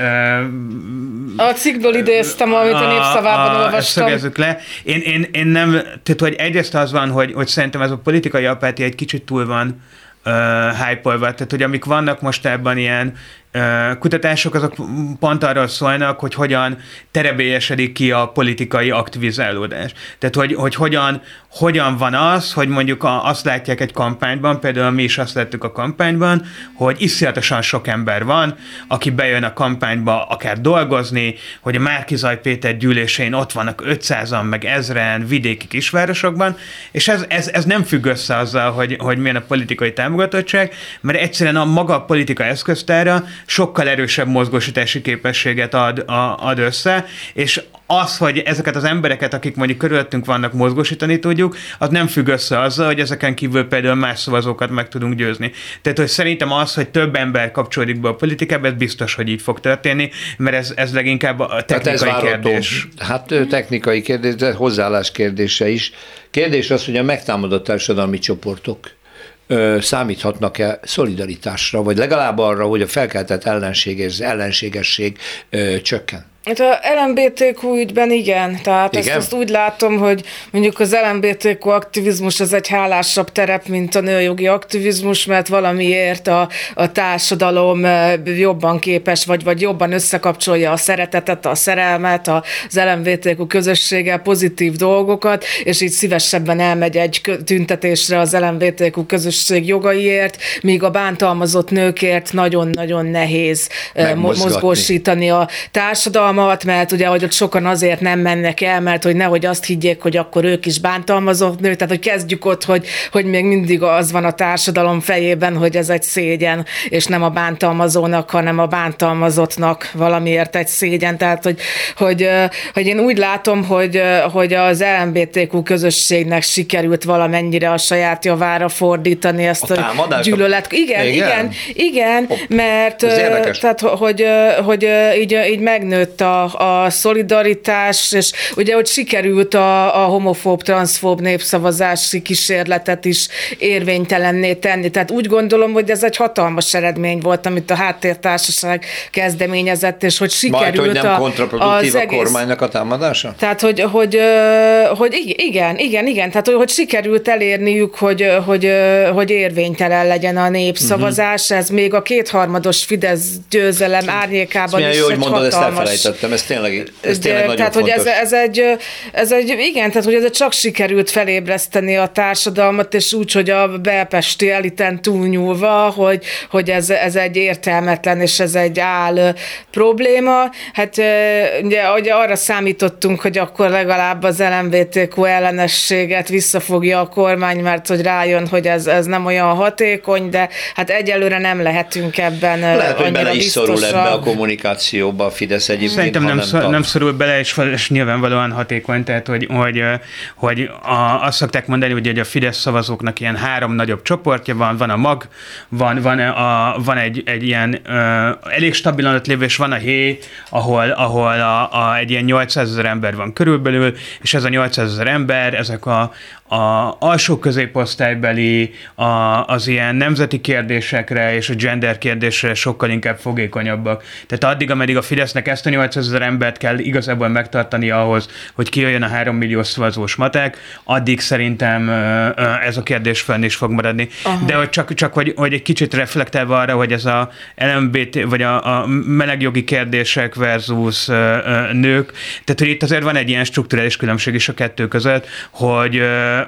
A cikkből idéztem, amit a Népszavában olvastam. Szögezzük le. Én nem, tehát hogy egyrészt az van, hogy szerintem ez a politikai apátia egy kicsit túl van hype-olva, tehát hogy amik vannak most ebben ilyen kutatások, azok pont arról szólnak, hogy hogyan terebélyesedik ki a politikai aktivizálódás. Tehát, hogy hogyan van az, hogy mondjuk azt látják egy kampányban, például mi is azt láttuk a kampányban, hogy iszonyatosan sok ember van, aki bejön a kampányba akár dolgozni, hogy a Márki-Zay Péter gyűlésén ott vannak 500-an, meg 1000-en vidéki kisvárosokban, és ez nem függ össze azzal, hogy milyen a politikai támogatottság, mert egyszerűen a maga politika eszköztára sokkal erősebb mozgósítási képességet ad össze, és az, hogy ezeket az embereket, akik mondjuk körülöttünk vannak, mozgósítani tudjuk, az nem függ össze azzal, hogy ezeken kívül például más szavazókat meg tudunk győzni. Tehát, hogy szerintem az, hogy több ember kapcsolódik be a politikába, ez biztos, hogy így fog történni, mert ez leginkább a technikai kérdés. Hát technikai kérdés, de hozzáállás kérdése is. Kérdés az, hogy a megtámadott társadalmi csoportok számíthatnak-e szolidaritásra, vagy legalább arra, hogy a felkeltett ellenségesség csökken? Hát a LMBTQ ügyben igen, tehát igen? Ezt úgy látom, hogy mondjuk az LMBTQ aktivizmus az egy hálásabb terep, mint a nőjogi aktivizmus, mert valamiért a társadalom jobban képes, vagy jobban összekapcsolja a szeretetet, a szerelmet, az LMBTQ közösséggel pozitív dolgokat, és így szívesebben elmegy egy tüntetésre az LMBTQ közösség jogaiért, míg a bántalmazott nőkért nagyon-nagyon nehéz mozgósítani a társadalmat. fogalmat, mert ugye, hogy ott sokan azért nem mennek el, mert hogy nehogy azt higgyék, hogy akkor ők is bántalmazott nők, tehát hogy kezdjük ott, hogy még mindig az van a társadalom fejében, hogy ez egy szégyen, és nem a bántalmazónak, hanem a bántalmazottnak valamiért egy szégyen. Tehát, hogy én úgy látom, hogy az LMBTQ közösségnek sikerült valamennyire a saját javára fordítani ezt a gyűlölet. Igen, mert tehát, hogy így megnőtt a szolidaritás, és ugye, hogy sikerült a homofób, transzfób népszavazási kísérletet is érvénytelenné tenni. Tehát úgy gondolom, hogy ez egy hatalmas eredmény volt, amit a Háttértársaság kezdeményezett, és hogy sikerült majd, hogy nem kontraproduktív a kormánynak a támadása? Tehát, hogy igen, tehát, hogy sikerült elérniük, hogy érvénytelen legyen a népszavazás, ez még a kétharmados Fidesz győzelem árnyékában is jó, egy mondod, hatalmas... ezt elfelejtettem, ez tényleg nagyon tehát, fontos. Hogy ez csak sikerült felébreszteni a társadalmat, és úgy, hogy a belpesti eliten túlnyúlva, hogy ez egy értelmetlen, és ez egy probléma. Hát ugye arra számítottunk, hogy akkor legalább az LMBTQ ellenességet visszafogja a kormány, mert hogy rájön, hogy ez nem olyan hatékony, de hát egyelőre nem lehetünk ebben lehet, hogy bele is biztosak. szorul ebbe a kommunikációba a Fidesz egyébként. Szerintem nem szorul bele, és nyilvánvalóan hatékony, tehát hogy azt szokták mondani, hogy a Fidesz szavazóknak ilyen 3 nagyobb csoportja van a MAG, van egy ilyen elég stabilan ott lévő, és van a HÉ, ahol egy ilyen 800 000 ember van körülbelül, és ez a 800 000 ember, ezek a alsó középosztálybeli, az ilyen nemzeti kérdésekre és a gender kérdésre sokkal inkább fogékonyabbak. Tehát addig, ameddig a Fidesznek ezt a 800 000 embert kell igazából megtartani ahhoz, hogy kijöjjön a 3 millió szavazós matek, addig szerintem ez a kérdés fenn is fog maradni. Aha. De hogy egy kicsit reflektálva arra, hogy ez a LMBT, vagy a melegjogi kérdések versus nők, tehát hogy itt azért van egy ilyen strukturális különbség is a kettő között, hogy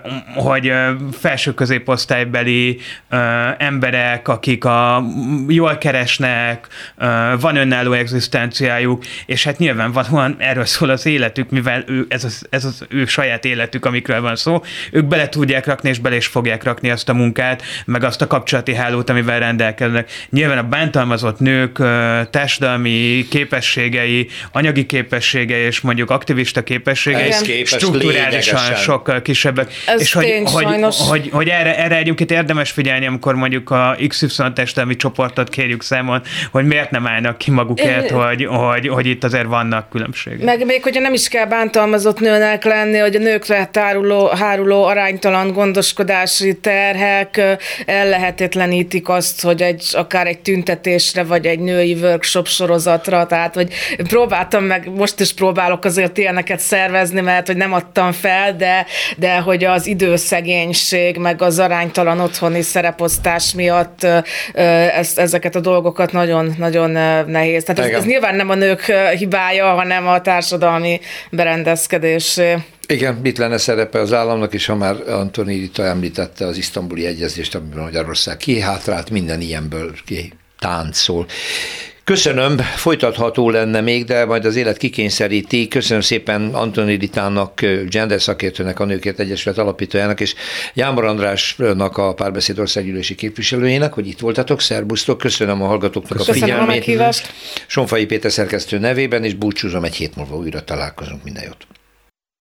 felső középosztálybeli emberek, akik jól keresnek, van önálló egzisztenciájuk, és hát nyilvánvalóan erről szól az életük, mivel ez az ő saját életük, amikről van szó, ők bele tudják rakni, és bele is fogják rakni azt a munkát, meg azt a kapcsolati hálót, amivel rendelkeznek. Nyilván a bántalmazott nők társadalmi képességei, anyagi képességei, és mondjuk aktivista képességei strukturálisan sokkal kisebbek. Ez és hogy erre egyébként érdemes figyelni, amikor mondjuk a XY társadalmi csoportot kérjük számon, hogy miért nem állnak ki magukért, hogy itt azért vannak különbségek. Meg még, hogyha nem is kell bántalmazott nőnek lenni, hogy a nőkre háruló aránytalan gondoskodási terhek ellehetetlenítik azt, hogy akár egy tüntetésre, vagy egy női workshop sorozatra, tehát, hogy próbáltam meg, most is próbálok azért ilyeneket szervezni, mert hogy nem adtam fel, de hogy az időszegénység, meg az aránytalan otthoni szereposztás miatt ezeket a dolgokat nagyon nehéz. Tehát ez nyilván nem a nők hibája, hanem a társadalmi berendezkedésé. Igen, mit lenne szerepe az államnak, és ha már Antoni Rita említette az isztambuli egyezést, amiben Magyarország kihátrált, minden ilyenből táncol. Köszönöm, folytatható lenne még, de majd az élet kikényszeríti. Köszönöm szépen Antoni Ritának, gender szakértőnek, a Nőkért Egyesület alapítójának, és Jámbor Andrásnak, a Párbeszéd országgyűlési képviselőjének, hogy itt voltatok. Szerbusztok, köszönöm a hallgatóknak a figyelmét. A Sonfai Péter szerkesztő nevében, és búcsúzom, egy hét múlva újra találkozunk. Minden jót.